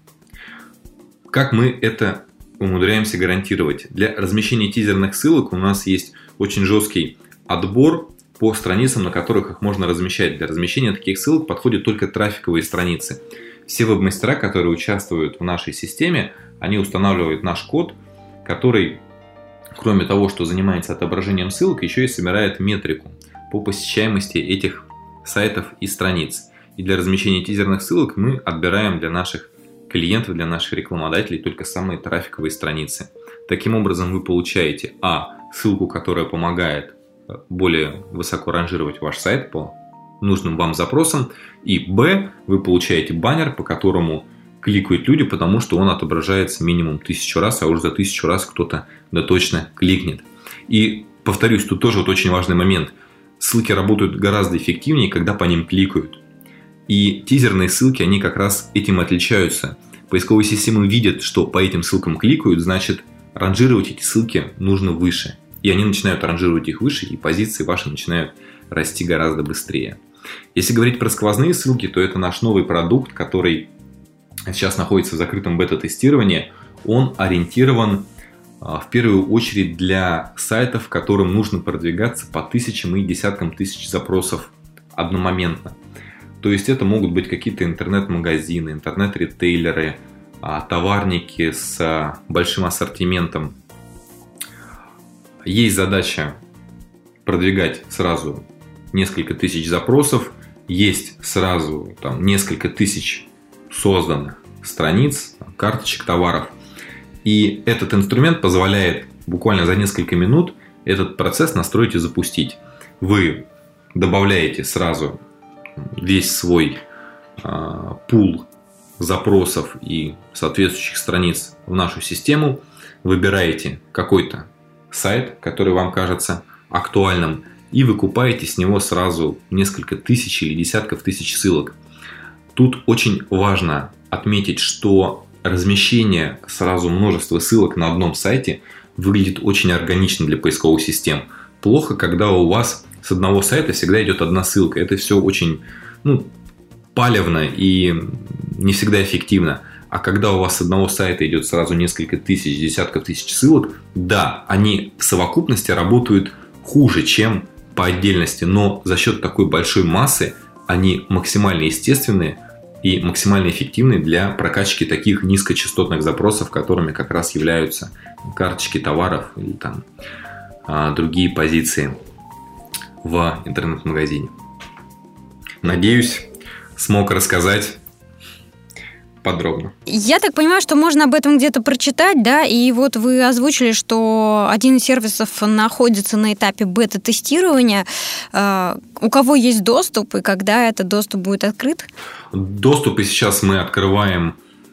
Speaker 3: Как мы это умудряемся гарантировать? Для размещения тизерных ссылок у нас есть очень жесткий отбор по страницам, на которых их можно размещать. Для размещения таких ссылок подходят только трафиковые страницы. Все веб-мастера, которые участвуют в нашей системе, они устанавливают наш код, который, кроме того, что занимается отображением ссылок, еще и собирает метрику по посещаемости этих сайтов и страниц. И для размещения тизерных ссылок мы отбираем для наших клиентов, для наших рекламодателей только самые трафиковые страницы. Таким образом вы получаете а. ссылку, которая помогает более высоко ранжировать ваш сайт по нужным вам запросом. И б, вы получаете баннер, по которому кликают люди, потому что он отображается минимум тысячу раз, а уже за тысячу раз кто-то да точно кликнет. И повторюсь, тут тоже вот очень важный момент. Ссылки работают гораздо эффективнее, когда по ним кликают. И тизерные ссылки, они как раз этим отличаются. Поисковые системы видят, что по этим ссылкам кликают, значит, ранжировать эти ссылки нужно выше. И они начинают ранжировать их выше, и позиции ваши начинают расти гораздо быстрее. Если говорить про сквозные ссылки, то это наш новый продукт, который сейчас находится в закрытом бета-тестировании. Он ориентирован в первую очередь для сайтов, которым нужно продвигаться по тысячам и десяткам тысяч запросов одномоментно. То есть это могут быть какие-то интернет-магазины, интернет-ритейлеры, товарники с большим ассортиментом. Есть задача продвигать сразу несколько тысяч запросов, есть сразу там, несколько тысяч созданных страниц, карточек товаров. И этот инструмент позволяет буквально за несколько минут этот процесс настроить и запустить. Вы добавляете сразу весь свой э, пул запросов и соответствующих страниц в нашу систему, выбираете какой-то сайт, который вам кажется актуальным, и выкупаете с него сразу несколько тысяч или десятков тысяч ссылок. Тут очень важно отметить, что размещение сразу множества ссылок на одном сайте выглядит очень органично для поисковых систем. Плохо, когда у вас с одного сайта всегда идет одна ссылка. Это все очень ну, палевно и не всегда эффективно. А когда у вас с одного сайта идет сразу несколько тысяч, десятков тысяч ссылок, да, они в совокупности работают хуже, чем по отдельности. Но за счет такой большой массы они максимально естественные и максимально эффективны для прокачки таких низкочастотных запросов, которыми как раз являются карточки товаров или там, а, другие позиции в интернет-магазине. Надеюсь, смог рассказать подробно.
Speaker 1: Я так понимаю, что можно об этом где-то прочитать, да, и вот вы озвучили, что один из сервисов находится на этапе бета-тестирования. У кого есть доступ и когда этот доступ будет открыт?
Speaker 3: Доступы сейчас мы открываем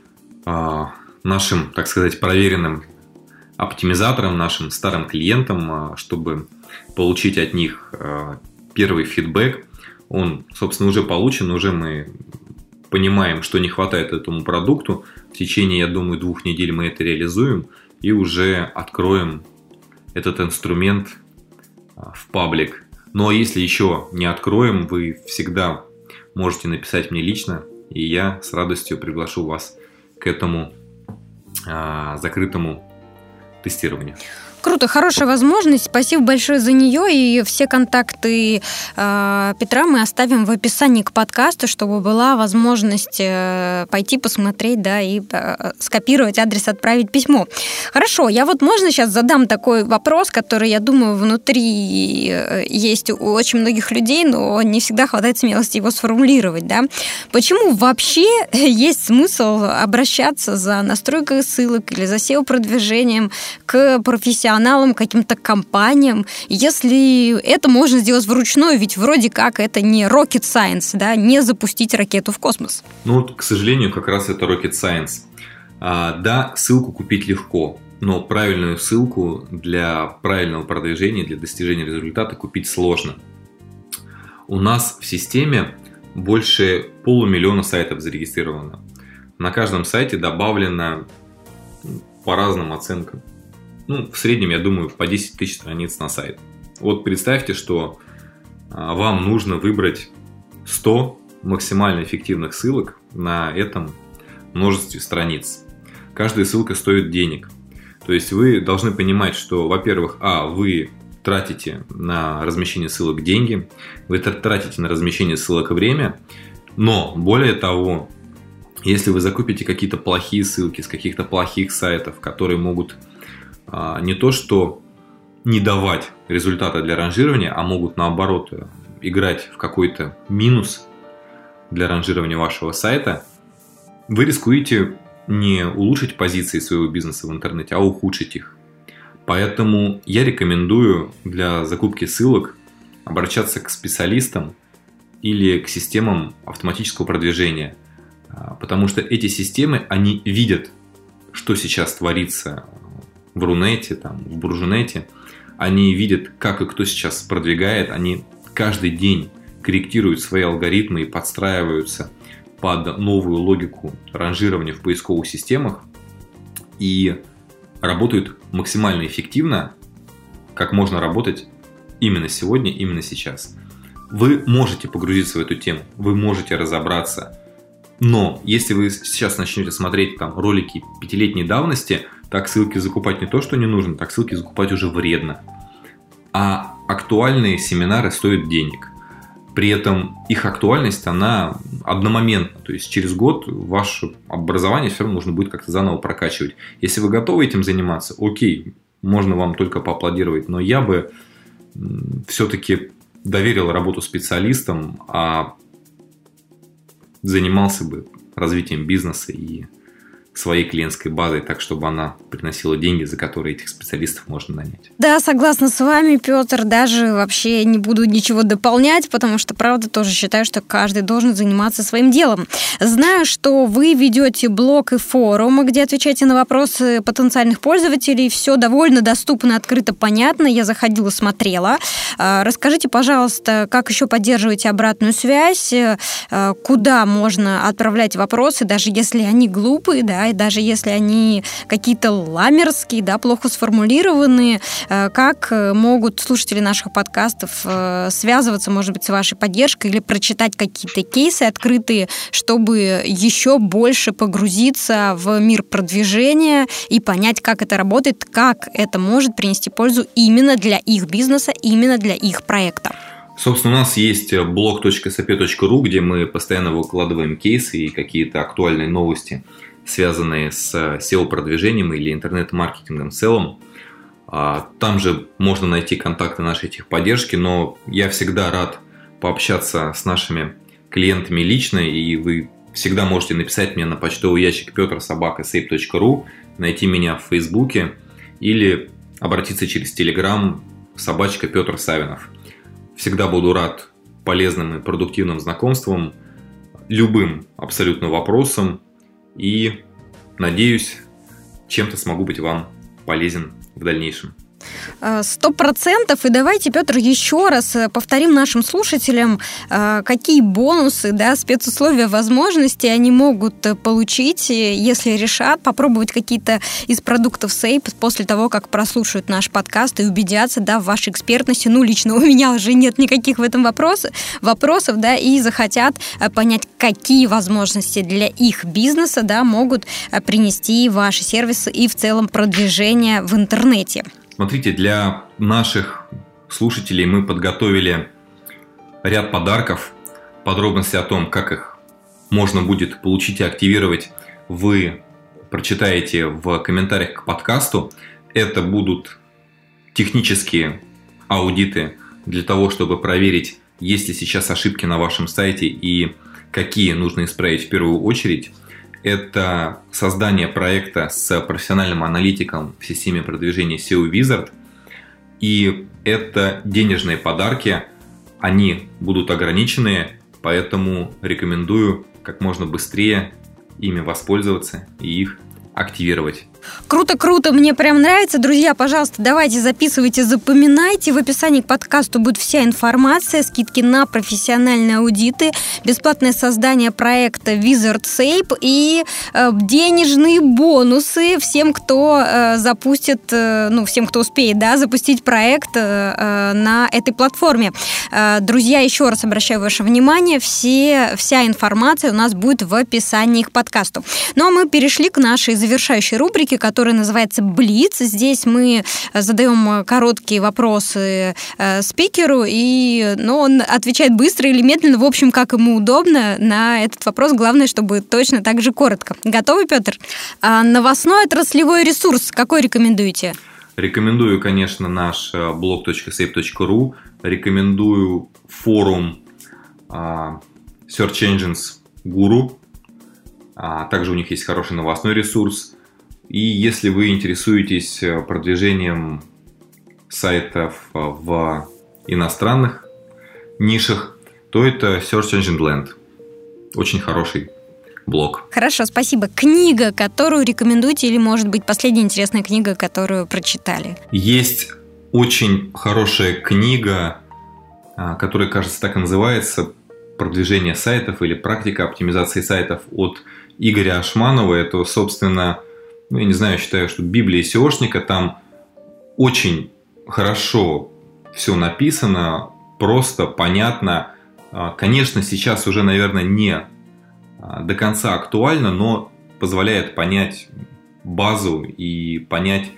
Speaker 3: нашим, так сказать, проверенным оптимизаторам, нашим старым клиентам, чтобы получить от них первый фидбэк. Он, собственно, уже получен, уже мы понимаем, что не хватает этому продукту. В течение, я думаю, двух недель мы это реализуем и уже откроем этот инструмент в паблик. Но если еще не откроем, вы всегда можете написать мне лично, и я с радостью приглашу вас к этому а, закрытому тестированию.
Speaker 1: Круто, хорошая возможность. Спасибо большое за нее. И все контакты э, Петра мы оставим в описании к подкасту, чтобы была возможность э, пойти посмотреть, да, и э, скопировать адрес, отправить письмо. Хорошо, я вот можно сейчас задам такой вопрос, который, я думаю, внутри есть у очень многих людей, но не всегда хватает смелости его сформулировать, да. Почему вообще есть смысл обращаться за настройкой ссылок или за сео-продвижением к профессионалам, каким-то компаниям, если это можно сделать вручную, ведь вроде как это не rocket science, да, не запустить ракету в космос.
Speaker 3: Ну, вот, к сожалению, как раз это rocket science. А, да, ссылку купить легко, но правильную ссылку для правильного продвижения, для достижения результата купить сложно. У нас в системе больше полумиллиона сайтов зарегистрировано. На каждом сайте добавлено по разным оценкам. Ну, в среднем, я думаю, по десять тысяч страниц на сайт. Вот представьте, что а, вам нужно выбрать сто максимально эффективных ссылок на этом множестве страниц. Каждая ссылка стоит денег. То есть вы должны понимать, что, во-первых, а, вы тратите на размещение ссылок деньги, вы тратите на размещение ссылок время, но, более того, если вы закупите какие-то плохие ссылки с каких-то плохих сайтов, которые могут не то что не давать результата для ранжирования, а могут наоборот играть в какой-то минус для ранжирования вашего сайта, вы рискуете не улучшить позиции своего бизнеса в интернете, а ухудшить их. Поэтому я рекомендую для закупки ссылок обращаться к специалистам, или к системам автоматического продвижения. Потому что эти системы, они видят, что сейчас творится в Рунете, там, в Буржунете. Они видят, как и кто сейчас продвигает. Они каждый день корректируют свои алгоритмы и подстраиваются под новую логику ранжирования в поисковых системах. И работают максимально эффективно, как можно работать именно сегодня, именно сейчас. Вы можете погрузиться в эту тему, вы можете разобраться. Но если вы сейчас начнете смотреть там ролики пятилетней давности, так ссылки закупать не то, что не нужно, так ссылки закупать уже вредно. А актуальные семинары стоят денег. При этом их актуальность, она одномоментна. То есть через год ваше образование все равно нужно будет как-то заново прокачивать. Если вы готовы этим заниматься, окей, можно вам только поаплодировать. Но я бы все-таки доверил работу специалистам, а занимался бы развитием бизнеса и своей клиентской базой, так, чтобы она приносила деньги, за которые этих специалистов можно нанять.
Speaker 1: Да, согласна с вами, Петр. Даже вообще не буду ничего дополнять, потому что, правда, тоже считаю, что каждый должен заниматься своим делом. Знаю, что вы ведете блог и форум, где отвечаете на вопросы потенциальных пользователей. Все довольно доступно, открыто, понятно. Я заходила, смотрела. Расскажите, пожалуйста, как еще поддерживаете обратную связь, куда можно отправлять вопросы, даже если они глупые, да, и даже если они какие-то ламерские, да, плохо сформулированные, как могут слушатели наших подкастов связываться, может быть, с вашей поддержкой или прочитать какие-то кейсы открытые, чтобы еще больше погрузиться в мир продвижения и понять, как это работает, как это может принести пользу именно для их бизнеса, именно для их проекта.
Speaker 3: Собственно, у нас есть блог точка эс эй пи точка ру, где мы постоянно выкладываем кейсы и какие-то актуальные новости, связанные с сео-продвижением или интернет-маркетингом в целом. Там же можно найти контакты нашей техподдержки, но я всегда рад пообщаться с нашими клиентами лично, и вы всегда можете написать мне на почтовый ящик петр собака эс эй пи точка ру, найти меня в Фейсбуке или обратиться через Телеграм собачка Петр Савинов. Всегда буду рад полезным и продуктивным знакомствам, любым абсолютно вопросам, и надеюсь, чем-то смогу быть вам полезен в дальнейшем.
Speaker 1: Сто процентов. И давайте, Петр, еще раз повторим нашим слушателям, какие бонусы, да, спецусловия, возможности они могут получить, если решат попробовать какие-то из продуктов Сейп после того, как прослушают наш подкаст и убедятся, да, в вашей экспертности. Ну, лично у меня уже нет никаких в этом вопросов, вопросов, да, и захотят понять, какие возможности для их бизнеса, да, могут принести ваши сервисы и в целом продвижение в интернете.
Speaker 3: Смотрите, для наших слушателей мы подготовили ряд подарков. Подробности о том, как их можно будет получить и активировать, вы прочитаете в комментариях к подкасту. Это будут технические аудиты для того, чтобы проверить, есть ли сейчас ошибки на вашем сайте и какие нужно исправить в первую очередь. Это создание проекта с профессиональным аналитиком в системе продвижения сео Wizard. И это денежные подарки. Они будут ограниченные, поэтому рекомендую как можно быстрее ими воспользоваться и их активировать.
Speaker 1: Круто-круто, мне прям нравится. Друзья, пожалуйста, давайте записывайте, запоминайте. В описании к подкасту будет вся информация, скидки на профессиональные аудиты, бесплатное создание проекта Wizard Сейп и э, денежные бонусы всем, кто э, запустит, э, ну, всем, кто успеет, да, запустить проект э, на этой платформе. Э, друзья, еще раз обращаю ваше внимание, все, вся информация у нас будет в описании к подкасту. Ну, а мы перешли к нашей завершающей рубрике, который называется «Блиц». Здесь мы задаем короткие вопросы э, спикеру, и, ну, он отвечает быстро или медленно, в общем, как ему удобно на этот вопрос. Главное, чтобы точно так же коротко. Готовы, Петр? А новостной отраслевой ресурс какой рекомендуете?
Speaker 3: Рекомендую, конечно, наш блог точка эс эй пи точка ру. Рекомендую форум uh, Search Engines Guru. Uh, также у них есть хороший новостной ресурс. И если вы интересуетесь продвижением сайтов в иностранных нишах, то это Search Engine Land. Очень хороший блог.
Speaker 1: Хорошо, спасибо. Книга, которую рекомендуете, или, может быть, последняя интересная книга, которую прочитали?
Speaker 3: Есть очень хорошая книга, которая, кажется, так и называется, «Продвижение сайтов» или «Практика оптимизации сайтов» от Игоря Ашманова. Это, собственно, ну, я не знаю, считаю, что Библия сеошника. Там очень хорошо все написано, просто, понятно. Конечно, сейчас уже, наверное, не до конца актуально, но позволяет понять базу и понять,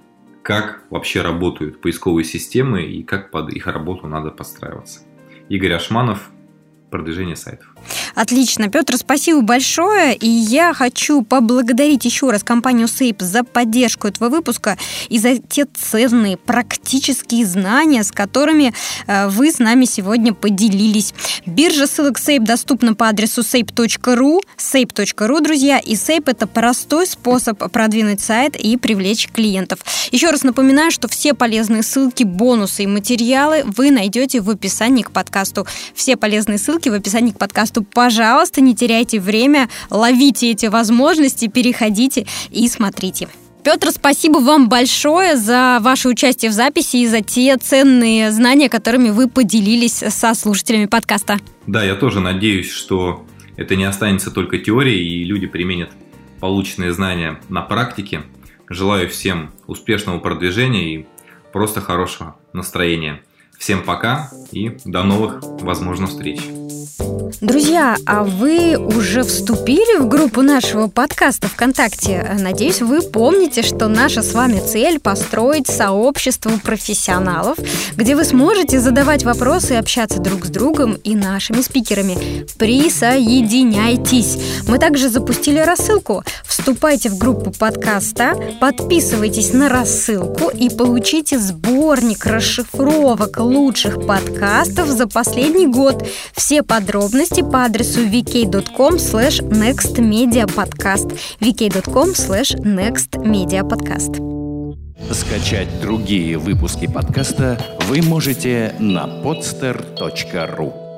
Speaker 3: как вообще работают поисковые системы и как под их работу надо подстраиваться. Игорь Ашманов, «Продвижение сайтов».
Speaker 1: Отлично. Петр, спасибо большое. И я хочу поблагодарить еще раз компанию Сейп за поддержку этого выпуска и за те ценные практические знания, с которыми вы с нами сегодня поделились. Биржа ссылок Сейп доступна по адресу сейп точка ру, сейп точка ру, друзья. И Сейп – это простой способ продвинуть сайт и привлечь клиентов. Еще раз напоминаю, что все полезные ссылки, бонусы и материалы вы найдете в описании к подкасту. Все полезные ссылки в описании к подкасту. Пожалуйста, не теряйте время, ловите эти возможности, переходите и смотрите. Петр, спасибо вам большое за ваше участие в записи и за те ценные знания, которыми вы поделились со слушателями подкаста.
Speaker 3: Да, я тоже надеюсь, что это не останется только теорией, и люди применят полученные знания на практике. Желаю всем успешного продвижения и просто хорошего настроения. Всем пока и до новых, возможно, встреч.
Speaker 1: Друзья, а вы уже вступили в группу нашего подкаста ВКонтакте? Надеюсь, вы помните, что наша с вами цель – построить сообщество профессионалов, где вы сможете задавать вопросы и общаться друг с другом и нашими спикерами. Присоединяйтесь! Мы также запустили рассылку. Вступайте в группу подкаста, подписывайтесь на рассылку и получите сборник расшифровок лучших подкастов за последний год. Все подробности по адресу ви кей точка ком слэш некст медиа подкаст ви кей точка ком слэш некст медиа подкаст.
Speaker 4: Скачать другие выпуски подкаста вы можете на подстер точка ру.